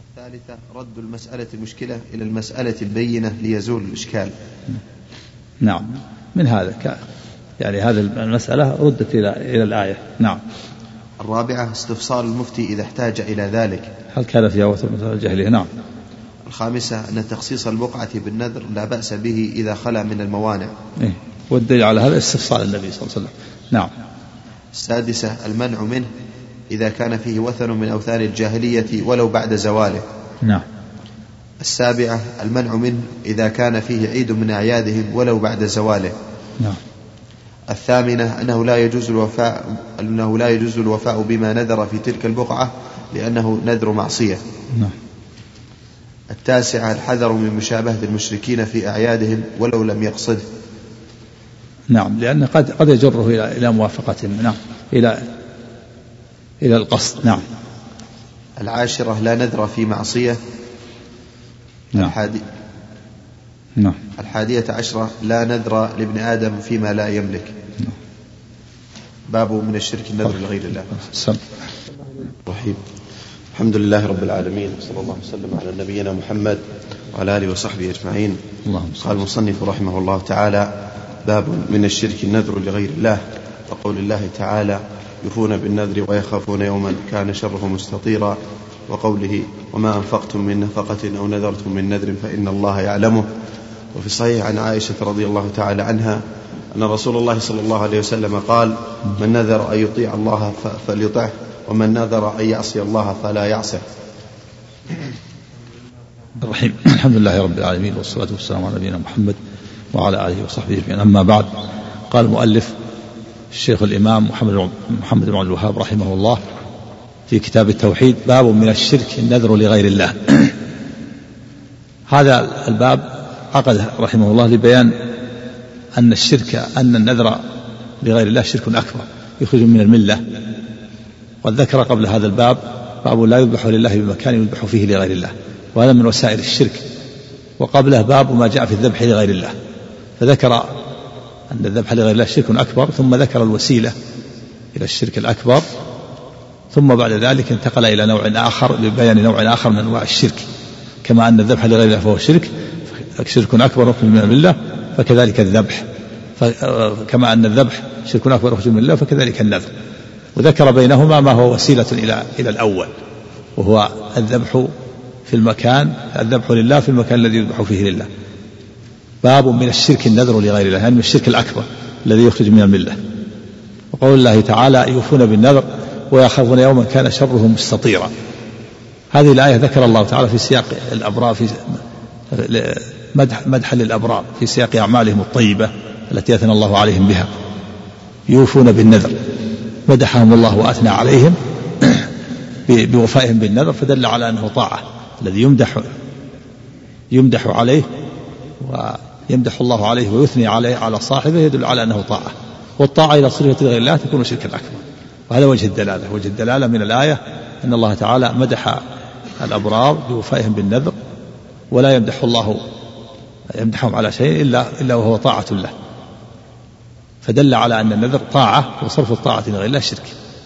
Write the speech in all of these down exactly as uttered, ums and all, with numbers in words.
الثالثة رد المسألة المشكلة إلى المسألة البينة ليزول الإشكال. نعم، من هذا ك... يعني هذه المسألة ردت إلى إلى الآية. نعم. الرابعة استفسار المفتي إذا احتاج إلى ذلك، هل كان فيها وثن مثل الجاهلية؟ نعم. الخامسة أن تخصيص البقعة بالنذر لا بأس به إذا خلا من الموانع. إيه؟ والدليل على هذا استفسار النبي صلى الله عليه وسلم. نعم. السادسة المنع منه إذا كان فيه وثن من أوثان الجاهلية ولو بعد زواله. نعم. السابعة المنع منه إذا كان فيه عيد من أعيادهم ولو بعد زواله. نعم. الثامنة أنه لا يجوز الوفاء أنه لا يجوز الوفاء بما نذر في تلك البقعة لأنه نذر معصية. نعم. التاسعة الحذر من مشابهة المشركين في أعيادهم ولو لم يقصده. نعم، لأن قد قد يجره إلى إلى موافقتهم. نعم، إلى إلى القصد. نعم. العاشرة لا نذر في معصية. نعم. الحادي نعم. الحادية عشرة لا نذر لابن آدم فيما لا يملك. نعم. باب من الشرك النذر لغير الله. سم. رحيم. الحمد لله رب العالمين، وصلى الله وسلم على نبينا محمد وعلى آله وصحبه أجمعين. قال المصنف رحمه الله تعالى: باب من الشرك النذر لغير الله. وقول الله تعالى: يفون بالنذر ويخافون يوما كان شره مستطيرا. وقوله: وما أنفقتم من نفقة أو نذرتم من نذر فإن الله يعلمه. وفي الصحيح عن عائشة رضي الله تعالى عنها أن رسول الله صلى الله عليه وسلم قال: من نذر أن يطيع الله فليطعه، ومن نذر أن يعصي الله فلا يعصه. الرحيم. الحمد لله رب العالمين، والصلاة والسلام على نبينا محمد وعلى آله وصحبه أجمعين. أما بعد، قال المؤلف الشيخ الإمام محمد محمد بن عبد الوهاب رحمه الله في كتاب التوحيد: باب من الشرك النذر لغير الله. هذا الباب عقد رحمه الله لبيان أن الشرك أن النذر لغير الله شرك أكبر يخرج من الملة. قد ذكر قبل هذا الباب باب لا يذبح لله بمكان يذبح فيه لغير الله، وهذا من وسائل الشرك. وقبله باب ما جاء في الذبح لغير الله، فذكر أن الذبح لغير الله شرك أكبر، ثم ذكر الوسيلة إلى الشرك الأكبر، ثم بعد ذلك انتقل إلى نوع آخر لبيان نوع آخر من أنواع الشرك. كما أن الذبح لغير الله فهو شرك شرك أكبر يخرج من الملة، فكذلك الذبح، كما أن الذبح شرك أكبر يخرج من الملة فكذلك النذر. وذكر بينهما ما هو وسيلة إلى إلى الأول، وهو الذبح في المكان الذبح لله في المكان الذي يذبح فيه لله. باب من الشرك النذر لغير الله، يعني من الشرك الأكبر الذي يخرج من الملة. وقول الله تعالى: يوفون بالنذر ويخافون يوما كان شره مستطيرا. هذه الآية ذكر الله تعالى في سياق الأبرار، في مدح مدح للأبرار في سياق أعمالهم الطيبة التي أثنى الله عليهم بها. يوفون بالنذر، مدحهم الله وأثنى عليهم بوفائهم بالنذر، فدل على أنه طاعة. الذي يمدح يمدح عليه ويمدح الله عليه ويثني عليه على صاحبه يدل على أنه طاعة. والطاعة إذا صرفت لغير الله تكون شركا أكبر. وهذا وجه الدلالة. وجه الدلالة من الآية أن الله تعالى مدح الأبرار بوفائهم بالنذر، ولا يمدح الله يمدحهم على شيء إلا إلا وهو طاعة له، فدل على أن النذر طاعة، وصرف الطاعة لغير الله شرك.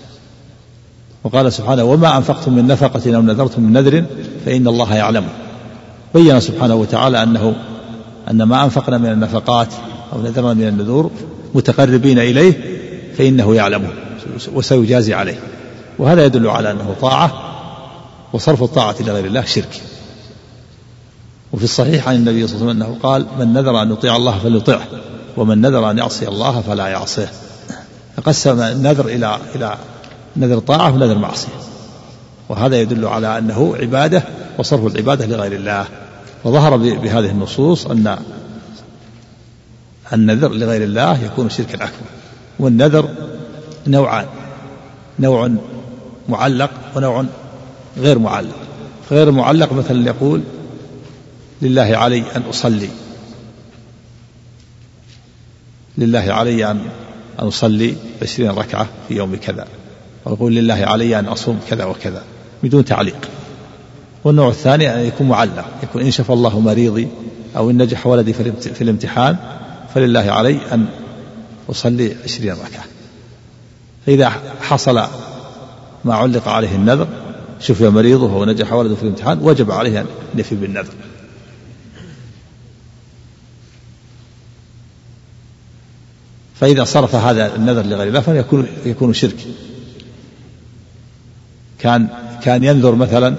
وقال سبحانه: وما أنفقتم من نفقة أو نذرتم من نذر فإن الله يعلمه. بين سبحانه وتعالى أنه أن ما أنفقنا من النفقات أو نذرنا من النذور متقربين إليه فإنه يعلمه وسيجازي عليه. وهذا يدل على أنه طاعة، وصرف الطاعة لغير الله شرك. وفي الصحيح عن النبي صلى الله عليه وسلم أنه قال: من نذر أن يطيع الله فليطيعه، ومن نذر أن يعصي الله فلا يعصيه. فقسم النذر إلى إلى نذر طاعة ونذر معصية، وهذا يدل على أنه عبادة وصرف العبادة لغير الله. وظهر بهذه النصوص أن النذر لغير الله يكون شركا أكبر. والنذر نوعان: نوع معلق ونوع غير معلق. غير معلق مثلا يقول: لله علي أن أصلي لله علي أن أصلي عشرين ركعة في يوم كذا، ويقول: لله علي أن أصوم كذا وكذا، بدون تعليق. والنوع الثاني أن يكون معلق، يكون: إن شفى الله مريضي أو إن نجح ولدي في الامتحان فلله علي أن أصلي عشرين ركعة. فإذا حصل ما علق عليه النذر شفي مريضه ونجح ولده في الامتحان وجب عليه أن يفي بالنذر. فإذا صرف هذا النذر لغير الله فيكون يكون شرك. كان كان ينذر مثلا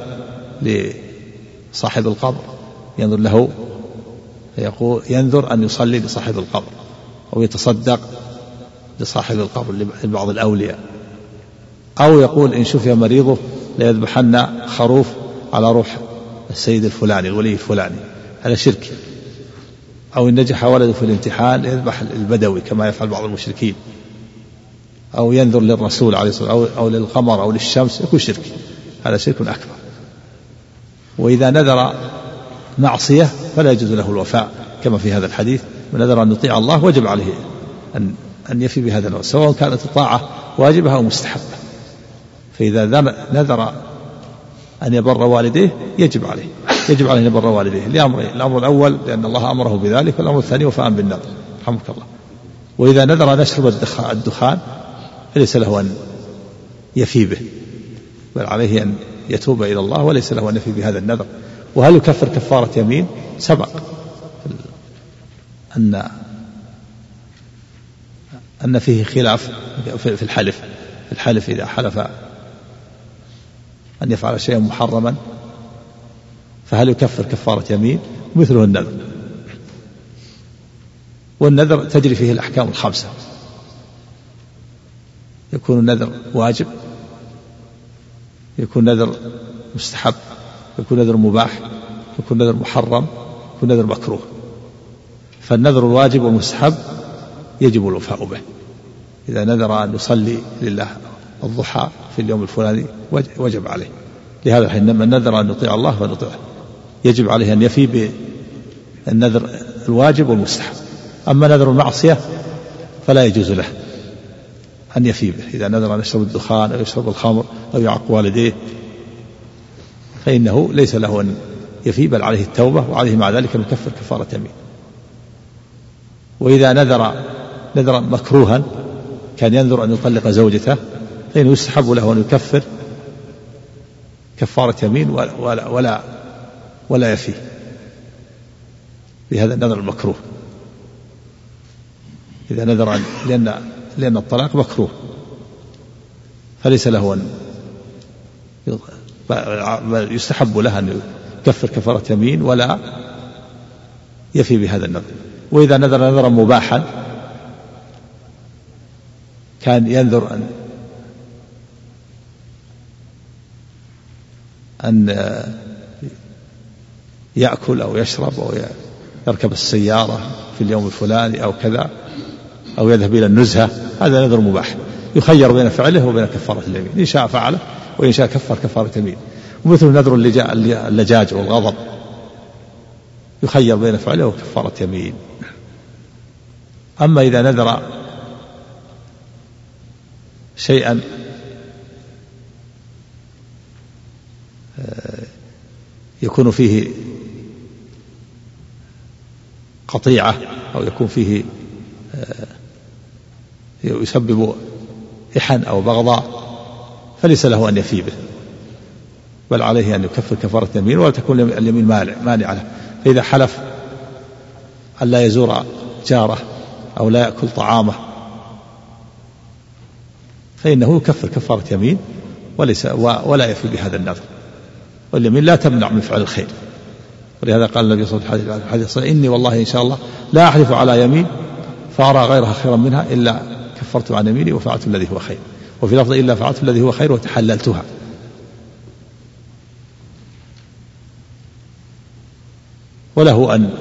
لصاحب القبر، ينذر له يقول ينذر أن يصلي لصاحب القبر أو يتصدق لصاحب القبر لبعض الأولياء، أو يقول إن شفي مريضه ليذبحن خروف على روح السيد الفلاني الولي الفلاني، هذا شرك. أو إن نجح ولده في الامتحان يذبح البدوي كما يفعل بعض المشركين، أو ينذر للرسول عليه الصلاة والسلام أو للقمر أو للشمس، يكون شرك، هذا شرك أكبر. وإذا نذر معصية فلا يجوز له الوفاء كما في هذا الحديث، من نذر أن يطيع الله وجب عليه أن أن يفي بهذا النذر سواء كانت الطاعة واجبة أو مستحبة. فإذا نذر أن يبر والديه يجب عليه يجب عليه أن يبر والديه لأمرين: الأمر الأول لأن الله أمره بذلك، والأمر الثاني وفاء بالنذر رحمك الله. وإذا نذر أن يشرب الدخان فليس له أن يفي به، بل عليه أن يتوب إلى الله وليس له أن يفي بهذا النذر. وهل يكفر كفارة يمين؟ سبق أن أن فيه خلاف في الحلف الحلف إذا حلف أن يفعل شيئا محرما فهل يكفر كفارة يمين؟ مثله النذر. والنذر تجري فيه الأحكام الخمسة: يكون النذر واجب، يكون نذر مستحب، يكون نذر مباح، يكون نذر محرم، يكون نذر مكروه. فالنذر الواجب والمستحب يجب الوفاء به. إذا نذر أن يصلي لله الضحى في اليوم الفلاني وجب عليه. لهذا حين من نذر أن يطيع الله فنطيعه، يجب عليه أن يفي بالنذر الواجب والمستحب. أما نذر المعصية فلا يجوز له أن يفي به. إذا نذر أن يشرب الدخان أو يشرب الخمر أو يعق والديه فإنه ليس له أن يفي، بل عليه التوبة، وعليه مع ذلك يكفر كفارة يمين. وإذا نذر نذرا مكروها كان ينذر أن يطلق زوجته فإنه يستحب له أن يكفر كفارة يمين ولا ولا ولا, ولا يفي بهذا النذر المكروه. إذا نذر لأن لأن الطلاق مكروه فليس له أن يستحب له أن يكفر كفارة يمين ولا يفي بهذا النذر. وإذا نذر نذرا مباحا كان ينذر أن أن يأكل أو يشرب أو يركب السيارة في اليوم الفلاني أو كذا، أو يذهب إلى النزهة، هذا نذر مباح يخير بين فعله وبين كفارة اليمين، إن شاء فعله وإن شاء كفر كفارة يمين. ومثل نذر اللجاج والغضب يخير بين فعله وكفارة يمين. أما إذا نذر شيئا يكون فيه قطيعة أو يكون فيه يسبب إحن أو بغضاء فليس له أن يفي به، بل عليه أن يكفر كفارة يمين ولا تكون اليمين مانع له. فإذا حلف أن لا يزور جاره أو لا يأكل طعامه فإنه يكفر كفارة يمين وليس ولا يفي بهذا النذر. واليمين لا تمنع من فعل الخير، ولهذا قال النبي صلى الله عليه وسلم: إني والله إن شاء الله لا أحلف على يمين فأرى غيرها خيرا منها إلا كفرت عن يميني وفعلت الذي هو خير، وفي لفظ إلا فعلت الذي هو خير وتحللتها. وله أن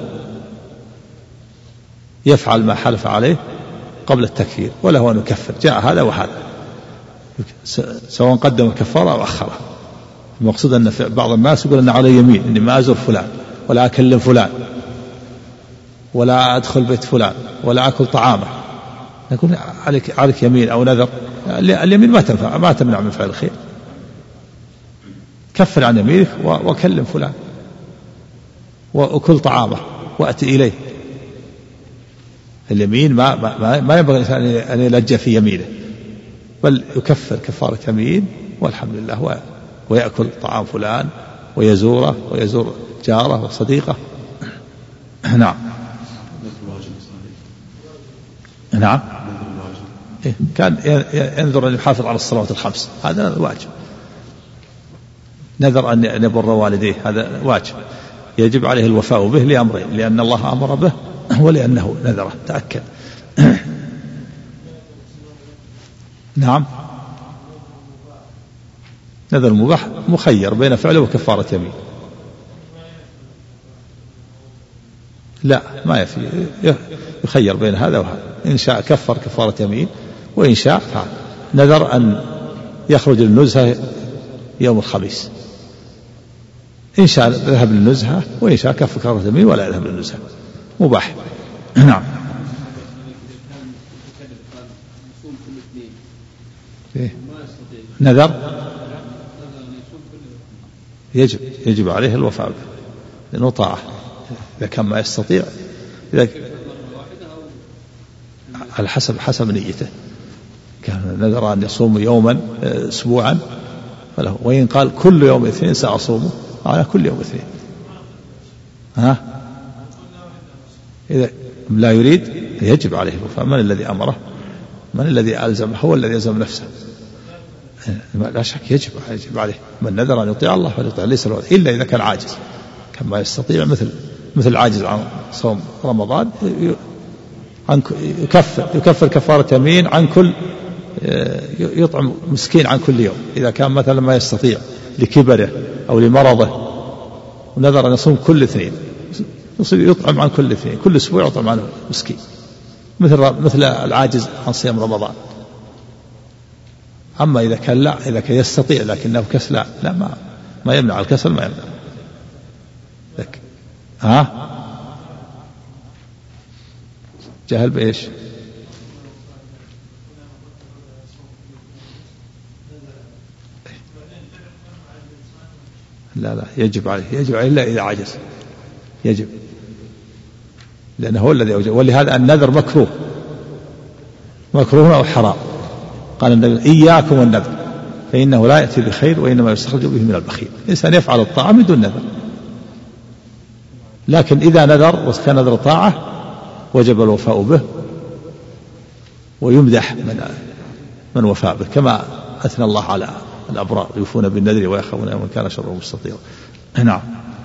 يفعل ما حلف عليه قبل التكفير، وله أن يكفر، جاء هذا وهذا سواء قدم الكفارة أو أخرها. المقصود أن بعض الناس يقول أن علي يمين إني ما أزور فلان ولا أكلم فلان ولا أدخل بيت فلان ولا أكل طعامه، نقول عليك, عليك يمين أو نذر، اليمين ما تنفع ما تمنع من فعل الخير، كفر عن يمينك وكلم فلان وأكل طعامه وأتي إليه. اليمين ما, ما, ما ينبغي الإنسان أن يلجأ في يمينه، بل يكفر كفارة يمين والحمد لله ويأكل طعام فلان ويزوره ويزور جاره وصديقه. نعم نعم كان ينذر أن يحافظ على الصلوات الخمس، هذا واجب. نذر أن يبر والديه، هذا واجب يجب عليه الوفاء به لأمرين: لأن الله أمر به ولأنه نذره. تأكد. نعم نذر المباح مخير بين فعله وكفارة يمين. لا ما يفي، يخير بين هذا وهذا، إن شاء كفر كفارة يمين وإن شاء فعل. نذر أن يخرج للنزهة يوم الخميس، إن شاء ذهب للنزهة وإن شاء كفر كفارة يمين ولا يذهب للنزهة، مباح. نعم نذر يجب يجب عليه الوفاء لأنه طاعة إذا كان ما يستطيع، إذا على حسب حسب نيته. كان نذر أن يصوم يوما أسبوعا فله، وإن قال كل يوم اثنين سأصومه على كل يوم اثنين. ها إذا لا يريد يجب عليه الوفاء. من الذي أمره؟ من الذي ألزمه؟ هو الذي يلزم نفسه. لا شك يجب يجب عليه. من نذر أن يطيع الله فليطيع، ليس الوضع إلا إذا كان عاجز، كان ما يستطيع، مثل مثل العاجز عن صوم رمضان عن يكفر يكفر كفارة يمين عن كل، يطعم مسكين عن كل يوم. إذا كان مثلا ما يستطيع لكبره أو لمرضه ونذر أن يصوم كل اثنين، يطعم عن كل اثنين، كل أسبوع يطعم عنه مسكين، مثل مثل العاجز عن صيام رمضان. أما إذا كان لا، إذا كان يستطيع لكنه كسل، لا ما ما يمنع الكسل، ما يمنع لك. ها جهل بإيش؟ لا لا يجب عليه، يجب عليه إلا إذا عجز، يجب، لأنه هو الذي أوجب. ولهذا النذر مكروه، مكروه أو حرام. قال النبي: إياكم والنذر فإنه لا يأتي بخير وإنما يستخرج به من البخيل. الإنسان يفعل الطاعة بدون نذر، لكن إذا نذر وكان نذر طاعة وجب الوفاء به ويمدح من من وفاء به، كما أثنى الله على الأبرار يوفون بالنذر ويخافون يوما كان شره مستطيرا. نعم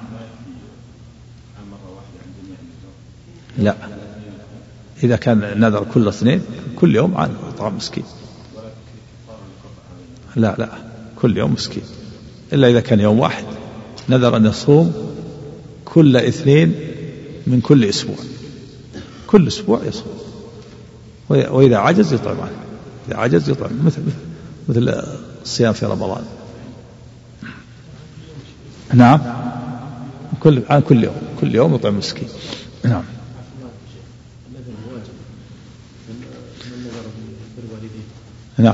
لا، إذا كان نذر كل اثنين كل يوم عن طعام مسكين، لا لا كل يوم مسكين، إلا إذا كان يوم واحد. نذر أن يصوم كل اثنين من كل أسبوع، كل أسبوع يصوم، وإذا عجز يطعم عنه، إذا عجز يطعم، مثل مثل الصيام في رمضان. نعم كل عن كل يوم، كل يوم يطعم مسكين. نعم نعم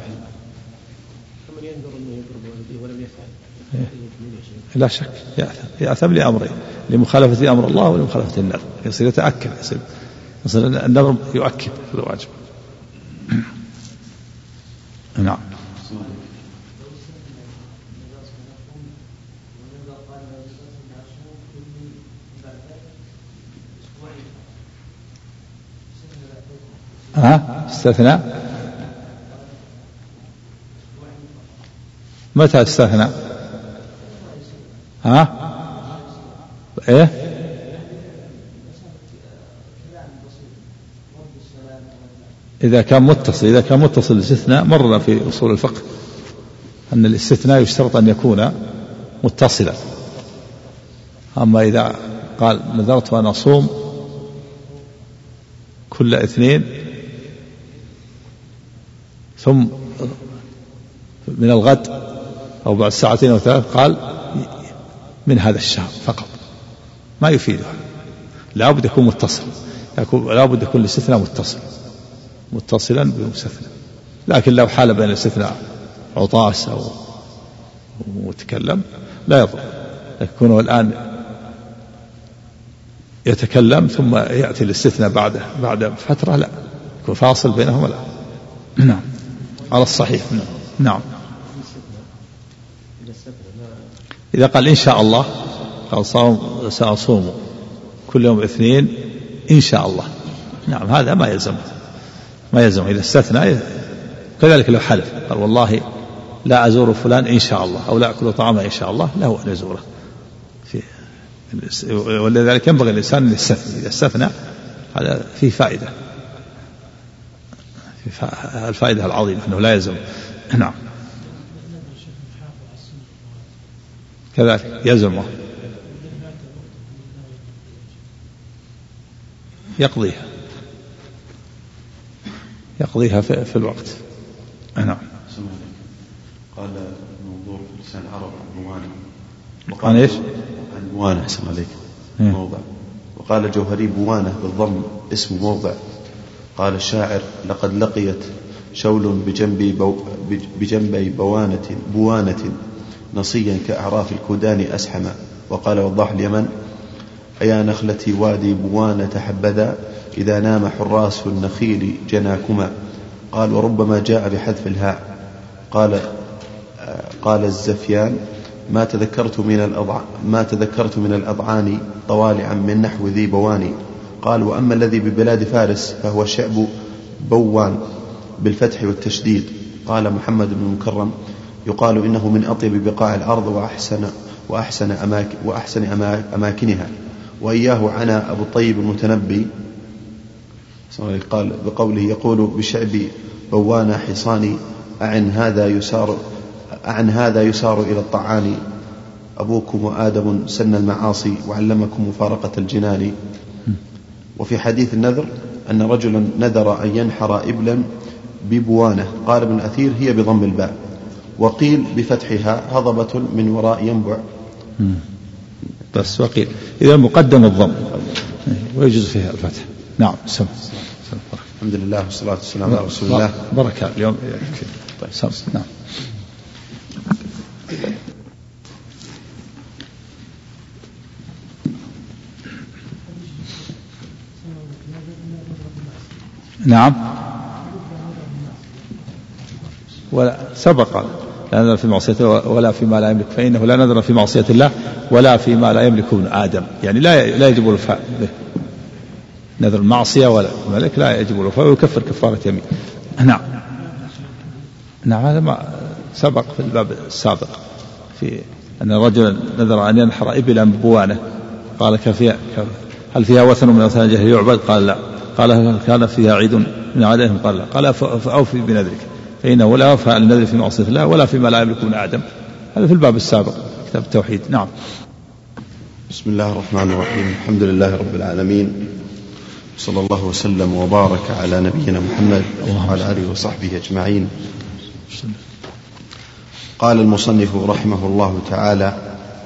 لا شك يأثم، يأثم لأمرين: لمخالفة أمر الله ولمخالفة النذر. يصير يتأكد، يصير, يصير النذر يؤكد الواجب. نعم ها استثناء متى استثنى؟ ها ايه إذا كان متصل، إذا كان متصل الاستثناء مرنا في أصول الفقه أن الاستثناء يشترط أن يكون متصلا. أما إذا قال: نذرت أن أصوم كل اثنين ثم من الغد أو بعد ساعتين أو ثلاث، قال: من هذا الشهر فقط، ما يفيدها. لا بد يكون متصل، لا بد يكون الاستثناء متصل متصلا بمستثنى. لكن لو حال بين الاستثناء عطاس أو متكلم لا يضر، يكون الآن يتكلم ثم يأتي الاستثناء بعد بعد فترة، لا يكون فاصل بينهما، لا. نعم على الصحيح. نعم إذا قال إن شاء الله قال صوم سأصوم كل يوم اثنين إن شاء الله، نعم هذا ما يلزم ما يلزم إذا استثنى. كذلك لو حلف قال والله لا أزور فلان إن شاء الله أو لا أكل طعامه إن شاء الله له أن يزوره. ولذلك ينبغي الإنسان أن يستثني، إذا استثنى هذا فيه فائدة، الفائدة العظيمة أنه لا يلزم. نعم كذلك يلزمه يقضيها يقضيها في, في الوقت. نعم. قال موضوع لسان عرب عن موانع وقال ايش؟ عن موانع أحسن عليك موضع. وقال جوهري بوانة بالضم اسم موضع. قال الشاعر لقد لقيت شول بجنبي بو بجنبي بوانة بوانة نصيا كأعراف الكودان أسحما. وقال وضاح اليمن أيا نخلتي وادي بوانة حبذا إذا نام حراس النخيل جناكما. قال وربما جاء بحذف الهاء. قال قال الزفيان ما تذكرت من الأضع ما تذكرت من الأضعان طوالعا من نحو ذي بواني. قال وأما الذي ببلاد فارس فهو شعب بوان بالفتح والتشديد. قال محمد بن المكرم يقال إنه من أطيب بقاع الأرض وأحسن وأحسن أماكن وأحسن أماكنها. وإياه عنا أبو الطيب المتنبي قال بقوله يقول بشعب بوان حصاني أعن هذا يسار أعن هذا يسار إلى الطعان. أبوكم آدم سن المعاصي وعلمكم مفارقة الجنان. وفي حديث النذر أن رجلا نذر أن ينحر إبلا ببوانة. قال ابن أثير هي بضم الباء وقيل بفتحها هضبة من وراء ينبع. بس وقيل إذا مقدم الضم ويجوز فيها الفتح. نعم. سم. الحمد لله والصلاة والسلام على رسول الله. بركة اليوم. طيب سم. نعم. نعم ولا سبق لا نذر في معصيته ولا فيما لا يملك، فإنه لا نذر في معصية الله ولا فيما لا يملك ابن آدم، يعني لا لا يجب الوفاء به. نذر المعصية ولا ملك لا يجب الوفاء ويكفر كفارة يمين. نعم. نعم هذا ما سبق في الباب السابق في أن الرجل نذر أن ينحر إبلا ببوانة. قال كفيها هل فيها وثن من أوثان الجاهلية يعبد؟ قال لا. قال هل كان فيها عيد من عادهم؟ قال لا. قال فأوفي بنذرك فإنه ولا وفاء للنذر في معصية الله ولا فيما لا يملك ابن آدم. هذا في الباب السابق كتاب التوحيد. نعم. بسم الله الرحمن الرحيم. الحمد لله رب العالمين صلى الله وسلم وبارك على نبينا محمد وعلى آله وصحبه أجمعين. قال المصنف رحمه الله تعالى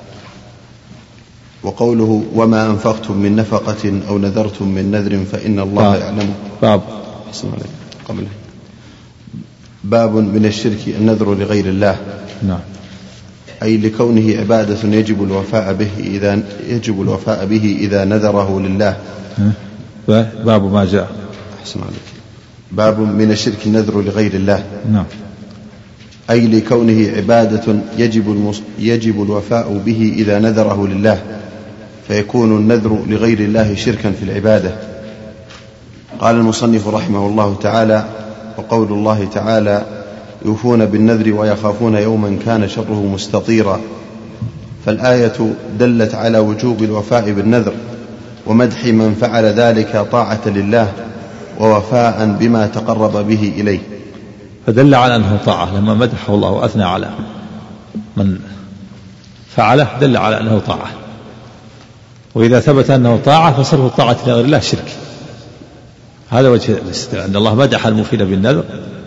وقوله وما أنفقتم من نفقة أو نذرتم من نذر فإن الله يعلمه. باب قبله باب من الشرك النذر لغير الله. نعم. أي لكونه عبادة يجب الوفاء به إذا يجب الوفاء به إذا نذره لله. باب ما جاء. أحسن عليك. باب من الشرك النذر لغير الله. نعم. أي لكونه عبادة يجب المص... يجب الوفاء به إذا نذره لله، فيكون النذر لغير الله شركا في العبادة. قال المصنف رحمه الله تعالى وقول الله تعالى يوفون بالنذر ويخافون يوما كان شره مستطيرا. فالآية دلت على وجوب الوفاء بالنذر ومدح من فعل ذلك طاعة لله ووفاء بما تقرب به إليه، فدل على أنه طاعة. لما مدحه الله وأثنى على من فعله دل على أنه طاعة. وإذا ثبت أنه طاعة فصرف الطاعة لغير الله شرك. هذا وجه الاستدلال، أن الله مدح المفيد بالنذر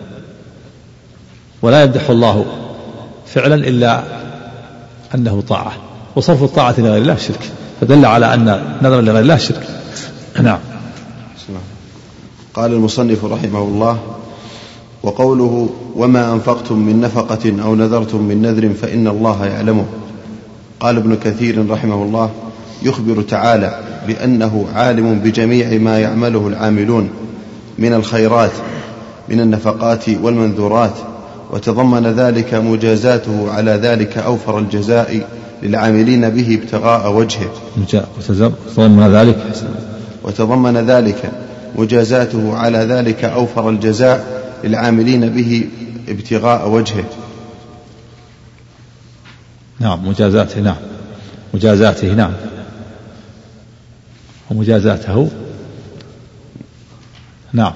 ولا يمدح الله فعلا إلا أنه طاعة، وصرف الطاعة لغير الله شرك، فدل على أن نذر لغير الله شرك. نعم. قال المصنف رحمه الله وقوله وما أنفقتم من نفقة أو نذرتم من نذر فإن الله يعلمه. قال ابن كثير رحمه الله يخبر تعالى بأنه عالم بجميع ما يعمله العاملون من الخيرات من النفقات والمنذورات وتضمن ذلك مجازاته على ذلك أوفر الجزاء للعاملين به ابتغاء وجهه. وتضمن ذلك وتضمن ذلك مجازاته على ذلك أوفر الجزاء للعاملين به ابتغاء وجهه. نعم مجازاته نعم مجازاته نعم ومجازاته نعم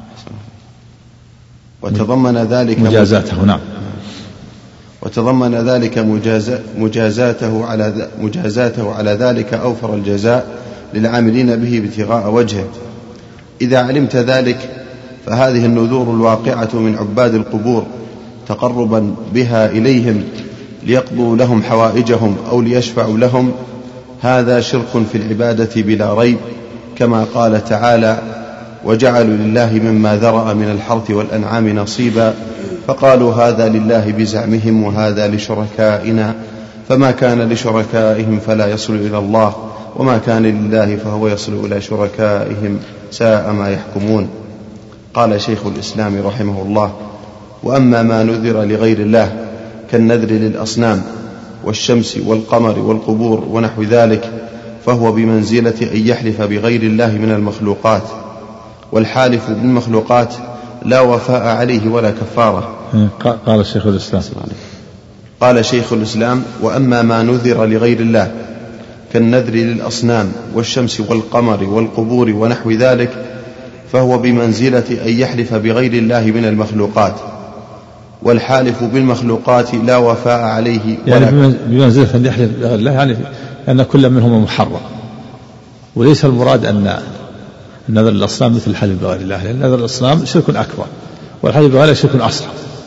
وتضمن ذلك مجازاته نعم وتضمن ذلك مجازاته على مجازاته على ذلك أوفر الجزاء للعاملين به ابتغاء وجهه. إذا علمت ذلك فهذه النذور الواقعة من عباد القبور تقربا بها إليهم ليقضوا لهم حوائجهم أو ليشفعوا لهم، هذا شرك في العبادة بلا ريب، كما قال تعالى: وجعلوا لله مما ذرأ من الحرث والأنعام نصيبا فقالوا هذا لله بزعمهم وهذا لشركائنا، فما كان لشركائهم فلا يصل إلى الله وما كان لله فهو يصل إلى شركائهم ساء ما يحكمون. قال شيخ الإسلام رحمه الله: وأما ما نذر لغير الله كالنذر للأصنام والشمس والقمر والقبور ونحو ذلك فهو بمنزلة أن يحلف بغير الله من المخلوقات، والحالف بالمخلوقات لا وفاء عليه ولا كفارة. قال شيخ الإسلام قال شيخ الإسلام: وأما ما نذر لغير الله كالنذر للأصنام والشمس والقمر والقبور ونحو ذلك فهو بمنزلة أن يحلف بغير الله من المخلوقات، والحالف بالمخلوقات لا وفاء عليه ولا يعني بمنزلة أن يحلف بغير الله، يعني أن كل منهم محرم، وليس المراد أن النذر للأصنام مثل الحلف بغير الله، لأن نذر الأصنام شرك أكبر والحلف بغير الله شرك أصغر،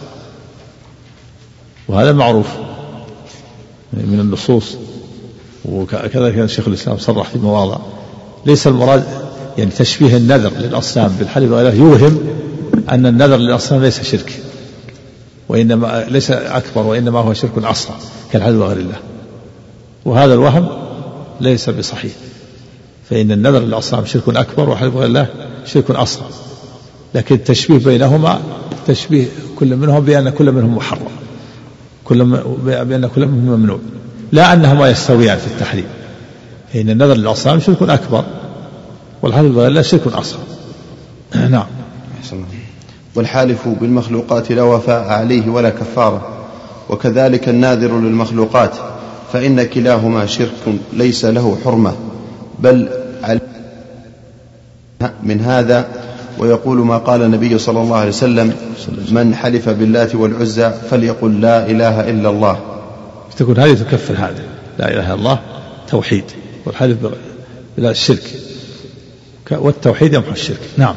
وهذا معروف من النصوص. وكذلك الشيخ الإسلام صرح في مواضع. ليس المراد يعني تشبيه النذر للأصنام بالحلف بغير الله يوهم أن النذر للأصنام ليس شرك وإنما ليس أكبر وإنما هو شرك أصغر كالحلف بغير الله، وهذا الوهم ليس بصحيح، فإن النذر للأصنام شرك أكبر وحلف بغير الله شرك أصغر، لكن التشبيه بينهما تشبيه كل منهم بأن كل منهم محرم، كل بأن كل منهم ممنوع، لا أنهما يستويان في التحريم، فإن النذر للأصنام شرك أكبر والحلف بغير الله شرك أصغر. نعم. والحالف بالمخلوقات لا وفاء عليه ولا كفارة، وكذلك الناذر للمخلوقات، فإن كلاهما شرك ليس له حرمة، بل من هذا ويقول ما قال النبي صلى الله عليه وسلم: من حلف باللات والعزى فليقل لا إله إلا الله. تكون هذه تكفر هذا، لا إله إلا الله توحيد، والحلف بلا الشرك، والتوحيد يمحو الشرك. نعم.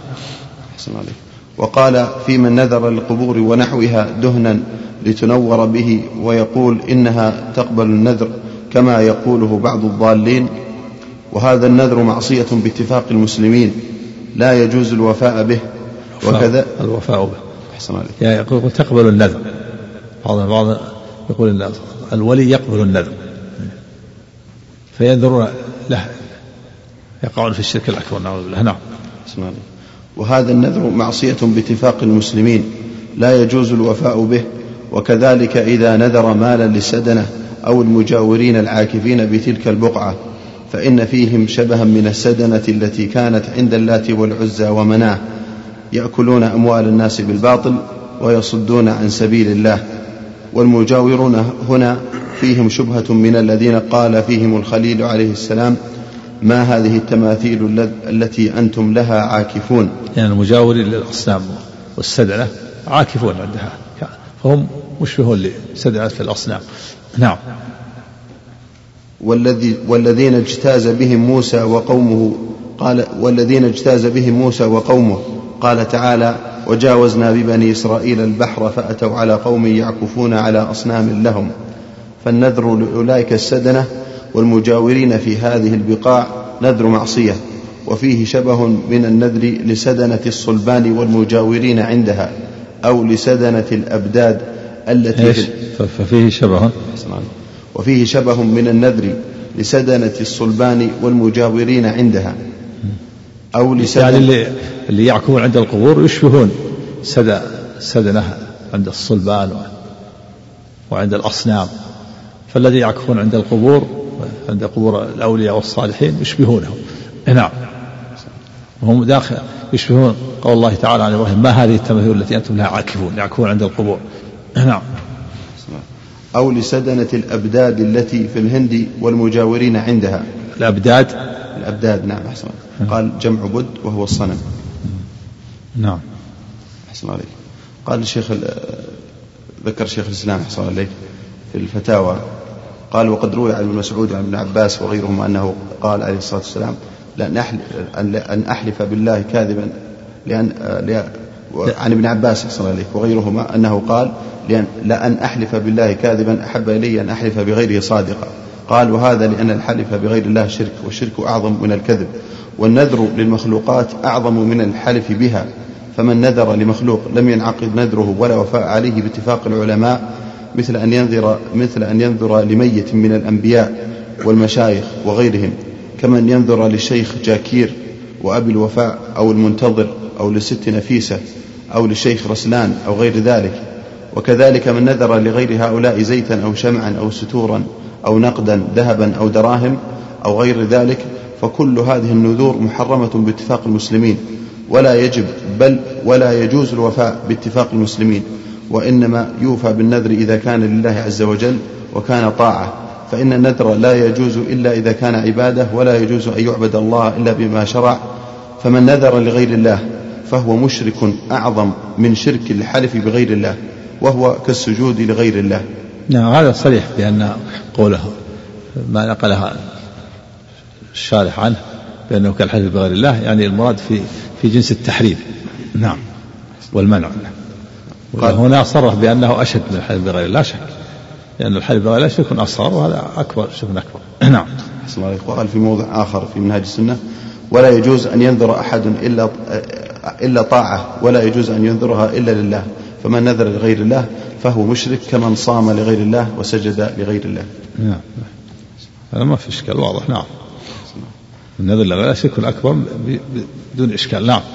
وقال في من نذر القبور ونحوها دهنا لتنور به ويقول إنها تقبل النذر كما يقوله بعض الضالين، وهذا النذر معصية باتفاق المسلمين لا يجوز الوفاء به، وكذا الوفاء به يعني يقول تقبل النذر، بعض بعض يقول الولي يقبل النذر فينذرون له يقعون في الشرك الأكبر. نعوذ بالله. نعم. وهذا النذر معصية باتفاق المسلمين لا يجوز الوفاء به، وكذلك إذا نذر مالا للسدنة أو المجاورين العاكفين بتلك البقعة فإن فيهم شبها من السدنة التي كانت عند اللات والعزى ومناه يأكلون أموال الناس بالباطل ويصدون عن سبيل الله، والمجاورون هنا فيهم شبهة من الذين قال فيهم الخليل عليه السلام: ما هذه التماثيل التي أنتم لها عاكفون. يعني المجاورين للأصنام والسدنة عاكفون عندها، فهم مشبهون لسدنة في الأصنام. نعم. والذي والذين اجتاز بهم موسى وقومه قال والذين اجتاز بهم موسى وقومه قال تعالى: وجاوزنا ببني إسرائيل البحر فأتوا على قوم يعكفون على أصنام لهم. فالنذر لأولئك السدنة والمجاورين في هذه البقاع نذر معصية، وفيه شبه من النذر لسدنة الصلبان والمجاورين عندها أو لسدنة الأبداد التي في ففيه شبه وفيه شبه من النذر لسدنة الصلبان والمجاورين عندها أو لسدنة يعني اللي, اللي يعكفون عند القبور يشبهون سدنة عند الصلبان وعند الأصنام، فالذي يعكفون عند القبور عند قبور الأولياء والصالحين يشبهونهم. نعم، وهم داخل يشبهون قول الله تعالى عن إبراهيم ما هذه التماثيل التي أنتم لها عاكفون، يعكفون عند القبور. نعم. أو لسدنة الأبداد التي في الهند والمجاورين عندها. الأبداد الأبداد نعم أحسن. قال جمع بد وهو الصنم. نعم أحسن عليك. قال الشيخ ذكر شيخ الإسلام أحسن عليك في الفتاوى قال وقد روي عن ابن مسعود وعن ابن عباس وغيرهم أنه قال عليه الصلاة والسلام لأن أحلف, أن أحلف بالله كاذبا لأن, لأن عن ابن عباس أحسن عليك وغيرهما أنه قال لأن, لأن أحلف بالله كاذبا أحب إلي أن أحلف بغيره صادقا. قال وهذا لأن الحلف بغير الله شرك، والشرك أعظم من الكذب، والنذر للمخلوقات أعظم من الحلف بها، فمن نذر لمخلوق لم ينعقد نذره ولا وفاء عليه باتفاق العلماء مثل أن ينذر مثل أن ينذر لميت من الأنبياء والمشايخ وغيرهم، كمن ينذر للشيخ جاكير وأبي الوفاء أو المنتظر أو لست نفيسة أو للشيخ رسلان أو غير ذلك. وكذلك من نذر لغير هؤلاء زيتا أو شمعا أو ستورا أو نقدا ذهبا أو دراهم أو غير ذلك، فكل هذه النذور محرمة باتفاق المسلمين، ولا يجب بل ولا يجوز الوفاء باتفاق المسلمين، وإنما يوفى بالنذر إذا كان لله عز وجل وكان طاعة، فإن النذر لا يجوز إلا إذا كان عبادة، ولا يجوز أن يعبد الله إلا بما شرع. فمن نذر لغير الله فهو مشرك أعظم من شرك الحلف بغير الله، وهو كالسجود لغير الله. نعم هذا صريح بأن قوله ما نقلها الشارح عنه بأنه كالحلف بغير الله، يعني المراد في في جنس التحريم نعم والمنع. هنا صرح بأنه أشد من الحلف بغير الله شك، لأن الحلف بغير الله شرك أصغر وهذا أكبر شرك أكبر. نعم. وقال في موضع آخر في منهاج السنة ولا يجوز أن ينذر أحد إلا إلا طاعة، ولا يجوز أن ينذرها إلا لله، فمن نذر لغير الله فهو مشرك كمن صام لغير الله وسجد لغير الله. نعم هذا ما في إشكال واضح. نعم النذر لغير الله شرك أكبر بدون إشكال. نعم.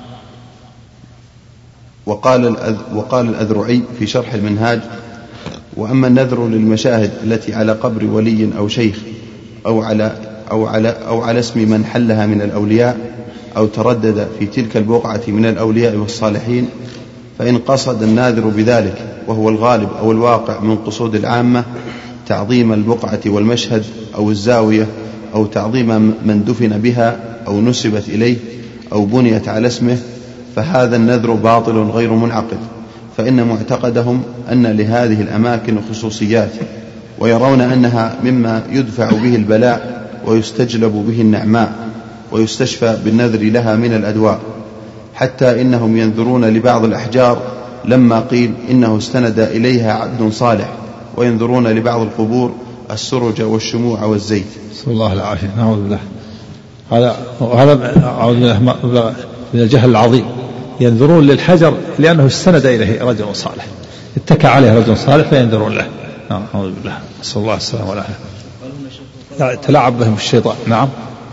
وقال وقال الأذرعي في شرح المنهاج وأما النذر للمشاهد التي على قبر ولي أو شيخ أو على أو على أو على اسم من حلها من الأولياء أو تردد في تلك البقعة من الأولياء والصالحين، فإن قصد الناذر بذلك وهو الغالب أو الواقع من قصود العامة تعظيم البقعة والمشهد أو الزاوية أو تعظيم من دفن بها أو نسبت إليه أو بنيت على اسمه، فهذا النذر باطل غير منعقد، فإن معتقدهم أن لهذه الأماكن خصوصيات، ويرون أنها مما يدفع به البلاء ويستجلب به النعماء ويستشفى بالنذر لها من الأدواء، حتى إنهم ينذرون لبعض الأحجار لما قيل إنه استند إليها عبد صالح، وينذرون لبعض القبور السرج والشموع والزيت. صلى الله العافية. نعوذ بالله. هذا هذا أعوذ بالله من الجهل العظيم. ينذرون للحجر لأنه استند إليه رجل صالح، اتكى عليه رجل صالح فينذرون له. أعوذ بالله. صلى الله عليه وسلم ولا لا تلعب بهم الشيطان. نعم.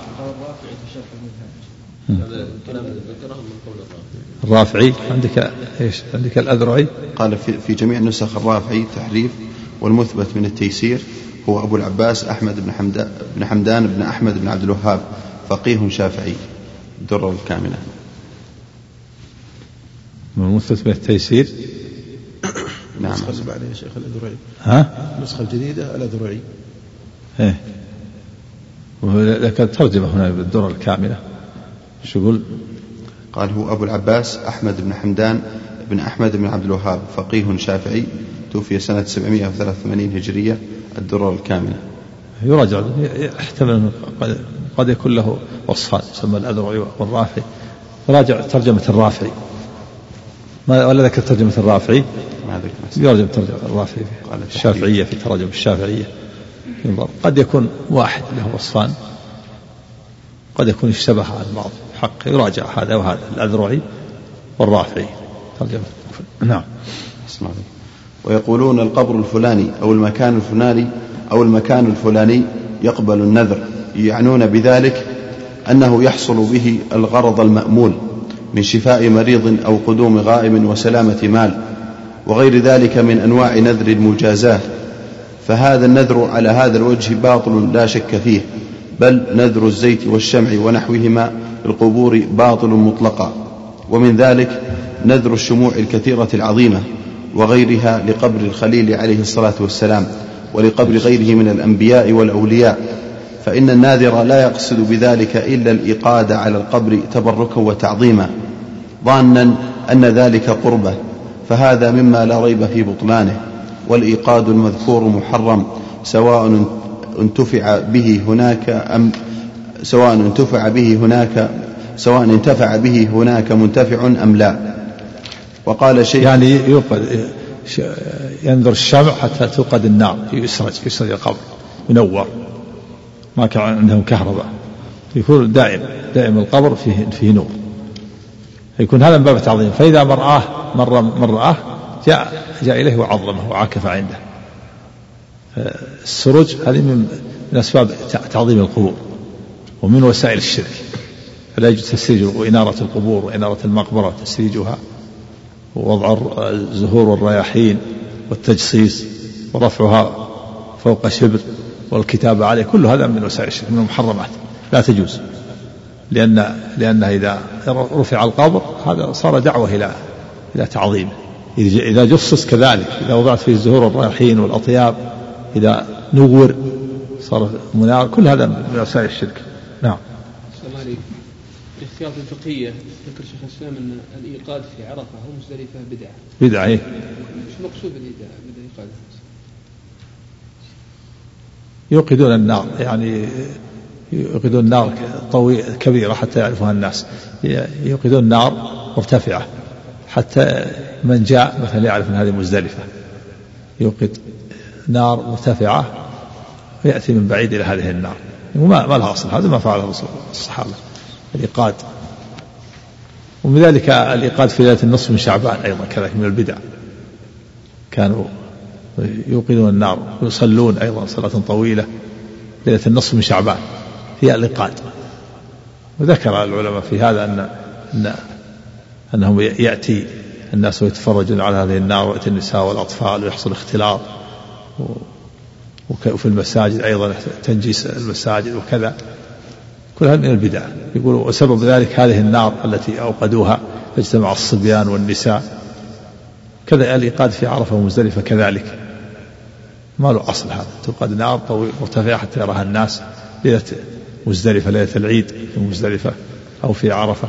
الرافعي عندك ايش؟ عندك الأذرعي قال في, في جميع نسخ الرافعي تحريف، والمثبت من التيسير هو أبو العباس أحمد بن حمدان بن حمدان بن أحمد بن عبد الوهاب فقيه شافعي الدرة الكامنة. المثبت من التيسير. نعم. النسخة بعد يا شيخ الأذرعي. ها؟ النسخة الجديدة الأذرعي. إيه. ولكن ترجمة هنا بالدرة الكاملة. شو يقول؟ قال هو أبو العباس أحمد بن حمدان بن أحمد بن عبد الوهاب فقيه شافعي توفي سنة سبعمائة وثلاثة وثمانين هجرية الدرة الكاملة. يراجع احتمل قد, قد يكون له وصفان يسمى الأذرعي والرافعي، راجع ترجمة الرافعي. ما ولا ذكر ترجمة الرافعي؟ يرجع ترجمة الرافعي في الشافعية في ترجمة الشافعية. قد يكون واحد له وصفان، قد يكون اشتبه على بعض، حق يراجع هذا وهذا الأذرعي والرافعي ترجمة. نعم. ويقولون القبر الفلاني أو المكان الفلاني أو المكان الفلاني يقبل النذر، يعنون بذلك أنه يحصل به الغرض المأمول من شفاء مريض أو قدوم غائب وسلامة مال، وغير ذلك من أنواع نذر المجازاة، فهذا النذر على هذا الوجه باطل لا شك فيه، بل نذر الزيت والشمع ونحوهما القبور باطل مطلقا. ومن ذلك نذر الشموع الكثيرة العظيمة وغيرها لقبر الخليل عليه الصلاة والسلام ولقبر غيره من الأنبياء والأولياء، فإن الناذر لا يقصد بذلك إلا الإيقاد على القبر تبركا وتعظيما ظانا أن ذلك قربة، فهذا مما لا ريب في بطلانه. والإيقاد المذكور محرم سواء انتفع به هناك أم سواء انتفع به هناك سواء انتفع به هناك منتفع أم لا. وقال شيخ يعني يوقد ينذر الشمع حتى توقد النار يسرج يسرج القبر ينور، ما كان عندهم كهرباء، يكون دائم دائم القبر فيه فيه نور، يكون هذا من باب التعظيم. فإذا مرآه مر من رآه جاء جاء إليه وعظمه وعاكف عنده. السروج هذه من من أسباب تعظيم القبور ومن وسائل الشرك، فلا يجوز تسريج وإنارة القبور وإنارة المقبرة تسريجها ووضع الزهور والرياحين والتجصيص ورفعها فوق شبر والكتابة عليه، كل هذا من وسائل الشرك من المحرمات لا تجوز، لأن لأنها إذا رفع القبر هذا صار دعوة إلى إلى تعظيمه. إذا جصص كذلك، إذا وضعت فيه الزهور والرياحين والأطياب، إذا نور صار منار، كل هذا من وسائل الشرك. نعم. السلام عليكم. الاختيارات الفقهية ذكر شيخ الإسلام أن الإيقاد في عرفة ومزدلفة بدعة. بدعة إيه؟ مش مقصود بالإيقاد؟ يوقدون النار، يعني يوقدون النار طويلة كبيرة حتى يعرفها الناس، يوقدون النار مرتفعة حتى من جاء مثلا يعرف أن هذه مزدلفة، يوقد نار مرتفعة ويأتي من بعيد إلى هذه النار، وما ما لها أصل، هذا ما فعله الصحابة الإيقاد. ومن ذلك الإيقاد في ليلة النصف من شعبان أيضا كذلك من البدع، كانوا يوقدون النار ويصلون أيضا صلاة طويلة ليلة النصف من شعبان هي الإيقاد. وذكر العلماء في هذا أن, أن أنهم يأتي الناس ويتفرجون على هذه النار، ويأتي النساء والأطفال ويحصل اختلاط، وفي المساجد أيضا تنجيس المساجد وكذا، كل هذا من البدع. يقولوا وسبب ذلك هذه النار التي أوقدوها فاجتمع الصبيان والنساء. كذا الإيقاد في عرفة ومزدلفة كذلك ما له أصل، هذا توقد نار طويل مرتفعة حتى يراها الناس ليلة مزدلفة، ليلة العيد في مزدلفة أو في عرفة.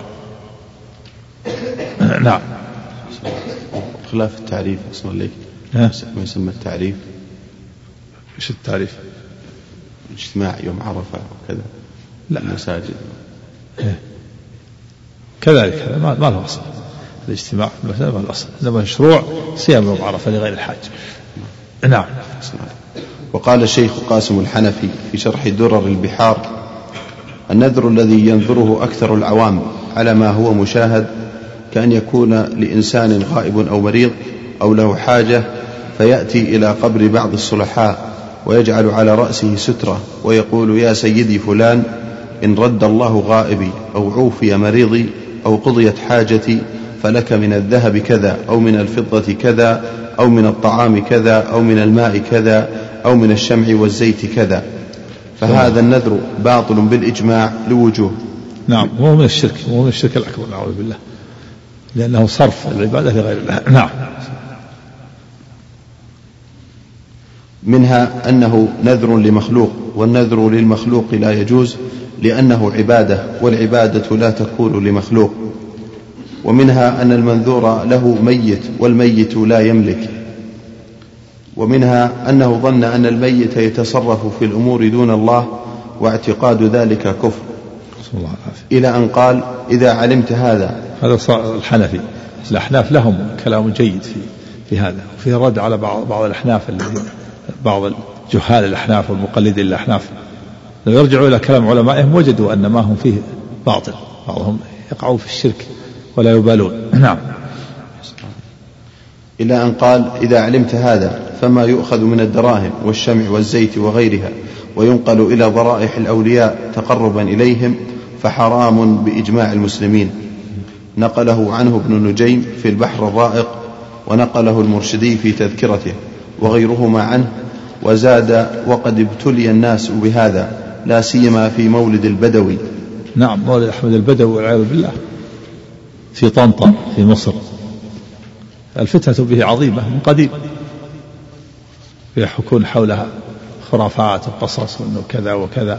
نعم. خلاف التعريف أصلا ليك ما يسمى التعريف. إيش التعريف؟ الاجتماع يوم عرفة وكذا لا المساجد إيه. كذلك هذا ما ما له أصل، الاجتماع ما له أصل، إنما مشروع صيام يوم عرفة لغير الحاج. نعم. وقال الشيخ قاسم الحنفي في شرح درر البحار: النذر الذي ينذره أكثر العوام على ما هو مشاهد، كأن يكون لإنسان غائب أو مريض أو له حاجة فيأتي إلى قبر بعض الصلحاء ويجعل على رأسه سترة ويقول: يا سيدي فلان، إن رد الله غائبي أو عوفي مريضي أو قضيت حاجتي فلك من الذهب كذا أو من الفضة كذا أو من الطعام كذا أو من الماء كذا أو من الشمع والزيت كذا. فهذا النذر باطل بالإجماع لوجوه. نعم. هو من الشرك، هو من الشرك الأكبر نعوذ بالله، لأنه صرف العبادة لغير الله. نعم. منها أنه نذر لمخلوق، والنذر للمخلوق لا يجوز لأنه عبادة، والعبادة لا تكون لمخلوق. ومنها أن المنذور له ميت والميت لا يملك. ومنها أنه ظن أن الميت يتصرف في الأمور دون الله، واعتقاد ذلك كفر، إلى أن قال: إذا علمت هذا. هذا الحنفي. الأحناف لهم كلام جيد في في هذا، وفيه رد على بعض بعض الأحناف الذين بعض الجهال الأحناف والمقلدين الأحناف لو يرجعوا إلى كلام علمائهم وجدوا أن ما هم فيه باطل، بعضهم يقعوا في الشرك ولا يبالون. نعم. إلى أن قال: إذا علمت هذا فما يؤخذ من الدراهم والشمع والزيت وغيرها وينقل إلى ضرائح الأولياء تقربا إليهم فحرام بإجماع المسلمين. نقله عنه ابن نجيم في البحر الرائق ونقله المرشدي في تذكرته وغيرهما عنه، وزاد: وقد ابتلي الناس بهذا لا سيما في مولد البدوي. نعم، مولد أحمد البدوي والعياذ بالله في طنطا في مصر، الفتنة به عظيمة من قديم، يحكون حولها خرافات وقصص وأنه كذا وكذا.